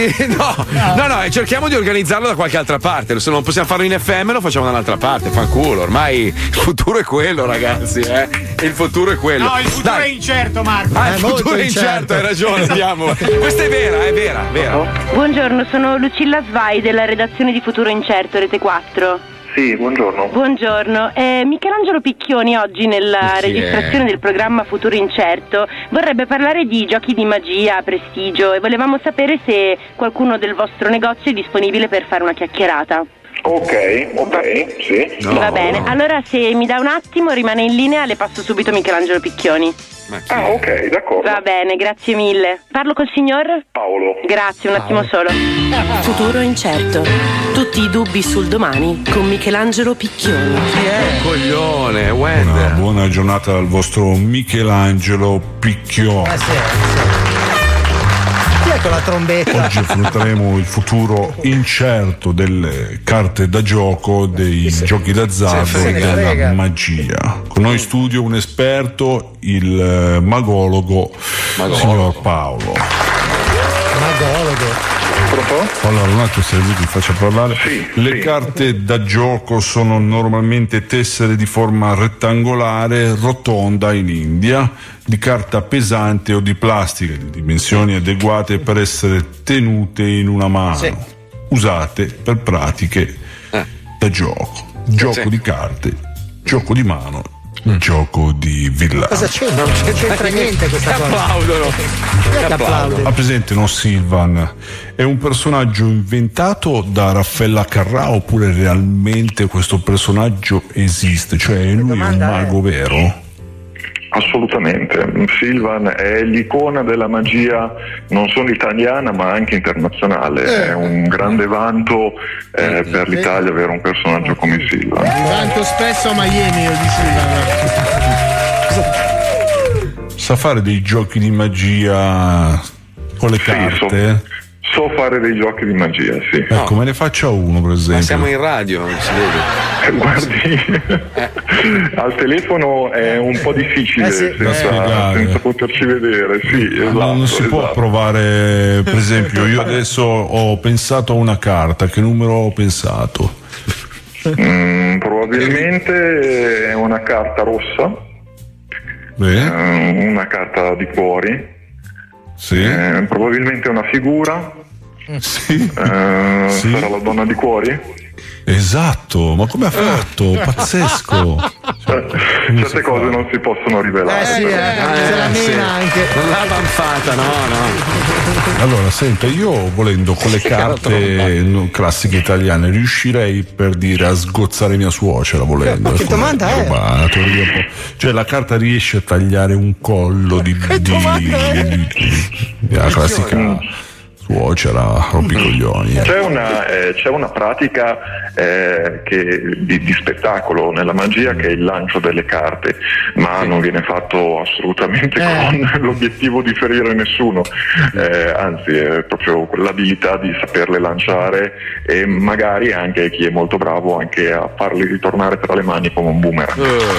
No, e cerchiamo di organizzarlo da qualche altra parte. Se non possiamo farlo in FM, lo facciamo da un'altra parte. Fanculo, ormai il futuro è quello, ragazzi. Il futuro è quello. No, il futuro è incerto, Marco. Il futuro è incerto, hai ragione, andiamo. Questa è vera. Buongiorno, sono Lucilla Svai della redazione di Futuro Incerto, Rete 4. Sì, buongiorno. Buongiorno, Michelangelo Picchioni oggi nella registrazione del programma Futuro Incerto vorrebbe parlare di giochi di magia, prestigio e volevamo sapere se qualcuno del vostro negozio è disponibile per fare una chiacchierata. Ok, sì. Va bene, allora se mi dà un attimo rimane in linea le passo subito Michelangelo Picchioni. Ok, d'accordo. Va bene, grazie mille. Parlo col signor? Paolo. Grazie, un attimo solo. Futuro Incerto. Tutti i dubbi sul domani con Michelangelo Picchioni. Chi è? Coglione, Wend. Una buona giornata al vostro Michelangelo Picchioni. Con la trombetta. Oggi affronteremo il futuro incerto delle carte da gioco, dei giochi d'azzardo e della magia. Con noi in studio un esperto, il magologo. Signor Paolo. Magologo. Allora, un attimo, se vi faccio parlare. Le carte da gioco sono normalmente tessere di forma rettangolare, rotonda in India, di carta pesante o di plastica, di dimensioni adeguate per essere tenute in una mano, usate per pratiche da gioco. Gioco di carte, gioco di mano un gioco di villano. Cosa c'entra? Non c'entra niente questa cosa. Ha presente, no, Silvan? È un personaggio inventato da Raffaella Carrà oppure realmente questo personaggio esiste? Cioè lui è un mago vero? Assolutamente, Silvan è l'icona della magia non solo italiana ma anche internazionale, è un grande vanto per l'Italia avere un personaggio come Silvan. Vanto spesso a Miami io di Silvan. Sa fare dei giochi di magia con le carte? So fare dei giochi di magia, sì. Ecco, me ne faccia uno per esempio. Ma siamo in radio, non si vede. Guardi, al telefono è un po' difficile senza poterci vedere. Sì, esatto, non si può provare, per esempio, io adesso ho pensato a una carta, che numero ho pensato? Probabilmente è una carta rossa, una carta di cuori, probabilmente una figura. Sarà la donna di cuori? Esatto, ma come ha fatto? Pazzesco. Certe cose non si possono rivelare. Se la mena anche. Non l'ha banfata, no. Allora, senta, io volendo con le carte classiche italiane riuscirei, per dire, a sgozzare mia suocera volendo. Che domanda è? Cioè la carta riesce a tagliare un collo di la classica suocera, rompicoglioni. C'è una pratica di spettacolo nella magia che è il lancio delle carte, ma non viene fatto assolutamente con l'obiettivo di ferire nessuno, anzi è proprio l'abilità di saperle lanciare e magari anche chi è molto bravo anche a farli ritornare tra le mani come un boomerang.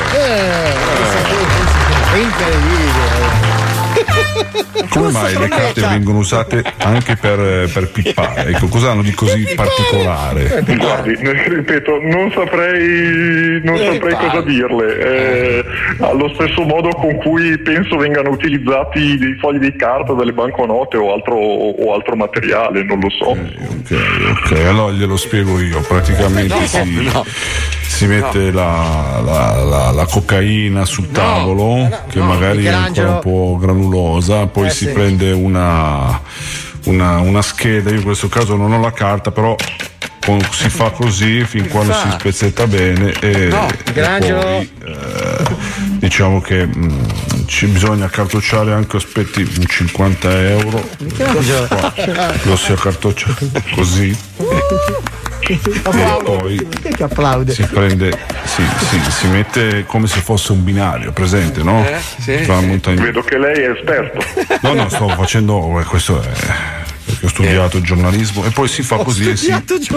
È incredibile. Come mai le carte vengono usate anche per pippare? Ecco, cosa hanno di così particolare? Guardi, ripeto, non saprei cosa dirle. Allo stesso modo con cui penso vengano utilizzati dei fogli di carta, delle banconote o altro materiale, non lo so. Ok, allora glielo spiego io. Praticamente si mette la cocaina sul tavolo, che magari è ancora un po' granulosa, poi si prende una scheda. Io in questo caso non ho la carta, però si fa così fin quando si spezzetta bene e poi diciamo che bisogna cartocciare anche, aspetti, un 50 euro. Lo si accartoccia così. E poi si prende, si mette come se fosse un binario, presente, no? Vedo che lei è esperto. No, sto facendo questo perché ho studiato giornalismo e poi si fa così e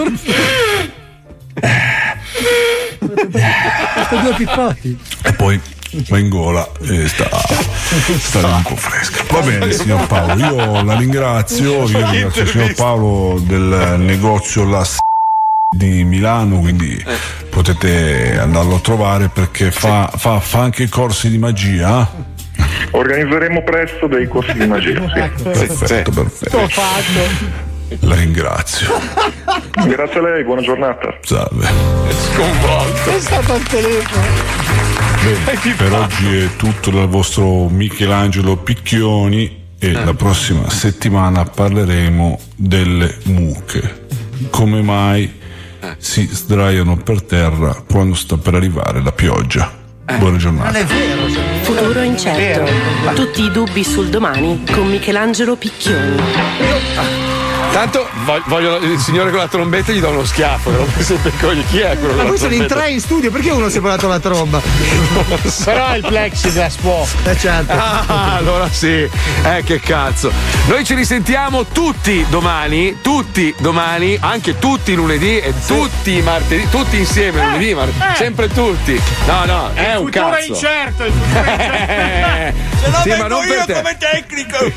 due pippati. E poi va in gola e sta un po' fresca. Va bene, signor Paolo, io la ringrazio. Io ringrazio il signor Paolo del negozio La di Milano, quindi potete andarlo a trovare perché fa anche corsi di magia. Organizzeremo presto dei corsi di magia. Perfetto. La ringrazio. Grazie a lei, buona giornata. Salve. Sconvolto. È stato al telefono. Bene, per oggi è tutto dal vostro Michelangelo Picchioni e la prossima settimana parleremo delle mucche. Come mai si sdraiano per terra quando sta per arrivare la pioggia? Buona giornata. Non è vero. Futuro incerto. Tutti i dubbi sul domani con Michelangelo Picchioni. Tanto voglio il signore con la trombetta, gli do uno schiaffo. Chi è quello? Ma voi sono in tre in studio, perché uno si è volato la tromba? Però il plexiglass può. Certo. Allora sì. Che cazzo. Noi ci risentiamo tutti domani, anche tutti lunedì e tutti i martedì, tutti insieme lunedì, sempre tutti. No, è un cazzo. Il futuro incerto. Se no vengo io come tecnico.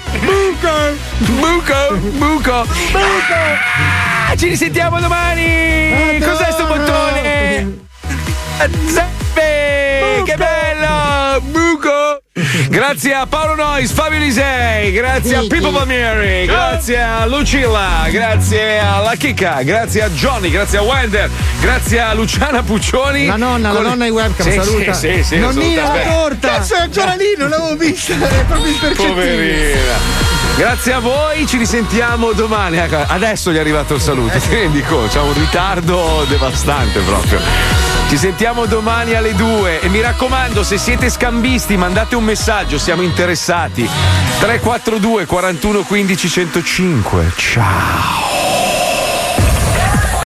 Buco. Ci risentiamo domani. Cos'è sto bottone? Zeppe, che bello. Buco. Grazie a Paolo Nois, Fabio Lisei, grazie a Pippo Palmieri, grazie a Lucilla, grazie alla Chicca, grazie a Johnny, grazie a Wender, grazie a Luciana Puccioni. La nonna in webcam, saluta. Sì, nonnina, saluta, la torta. Cazzo, è ancora lì, non l'avevo vista, è proprio impercettibile. Poverina. Grazie a voi, ci risentiamo domani. Adesso gli è arrivato il saluto, ti rendi conto? C'è un ritardo devastante proprio. Ci sentiamo domani alle 2 e mi raccomando, se siete scambisti mandate un messaggio, siamo interessati. 342 41 15 105. Ciao.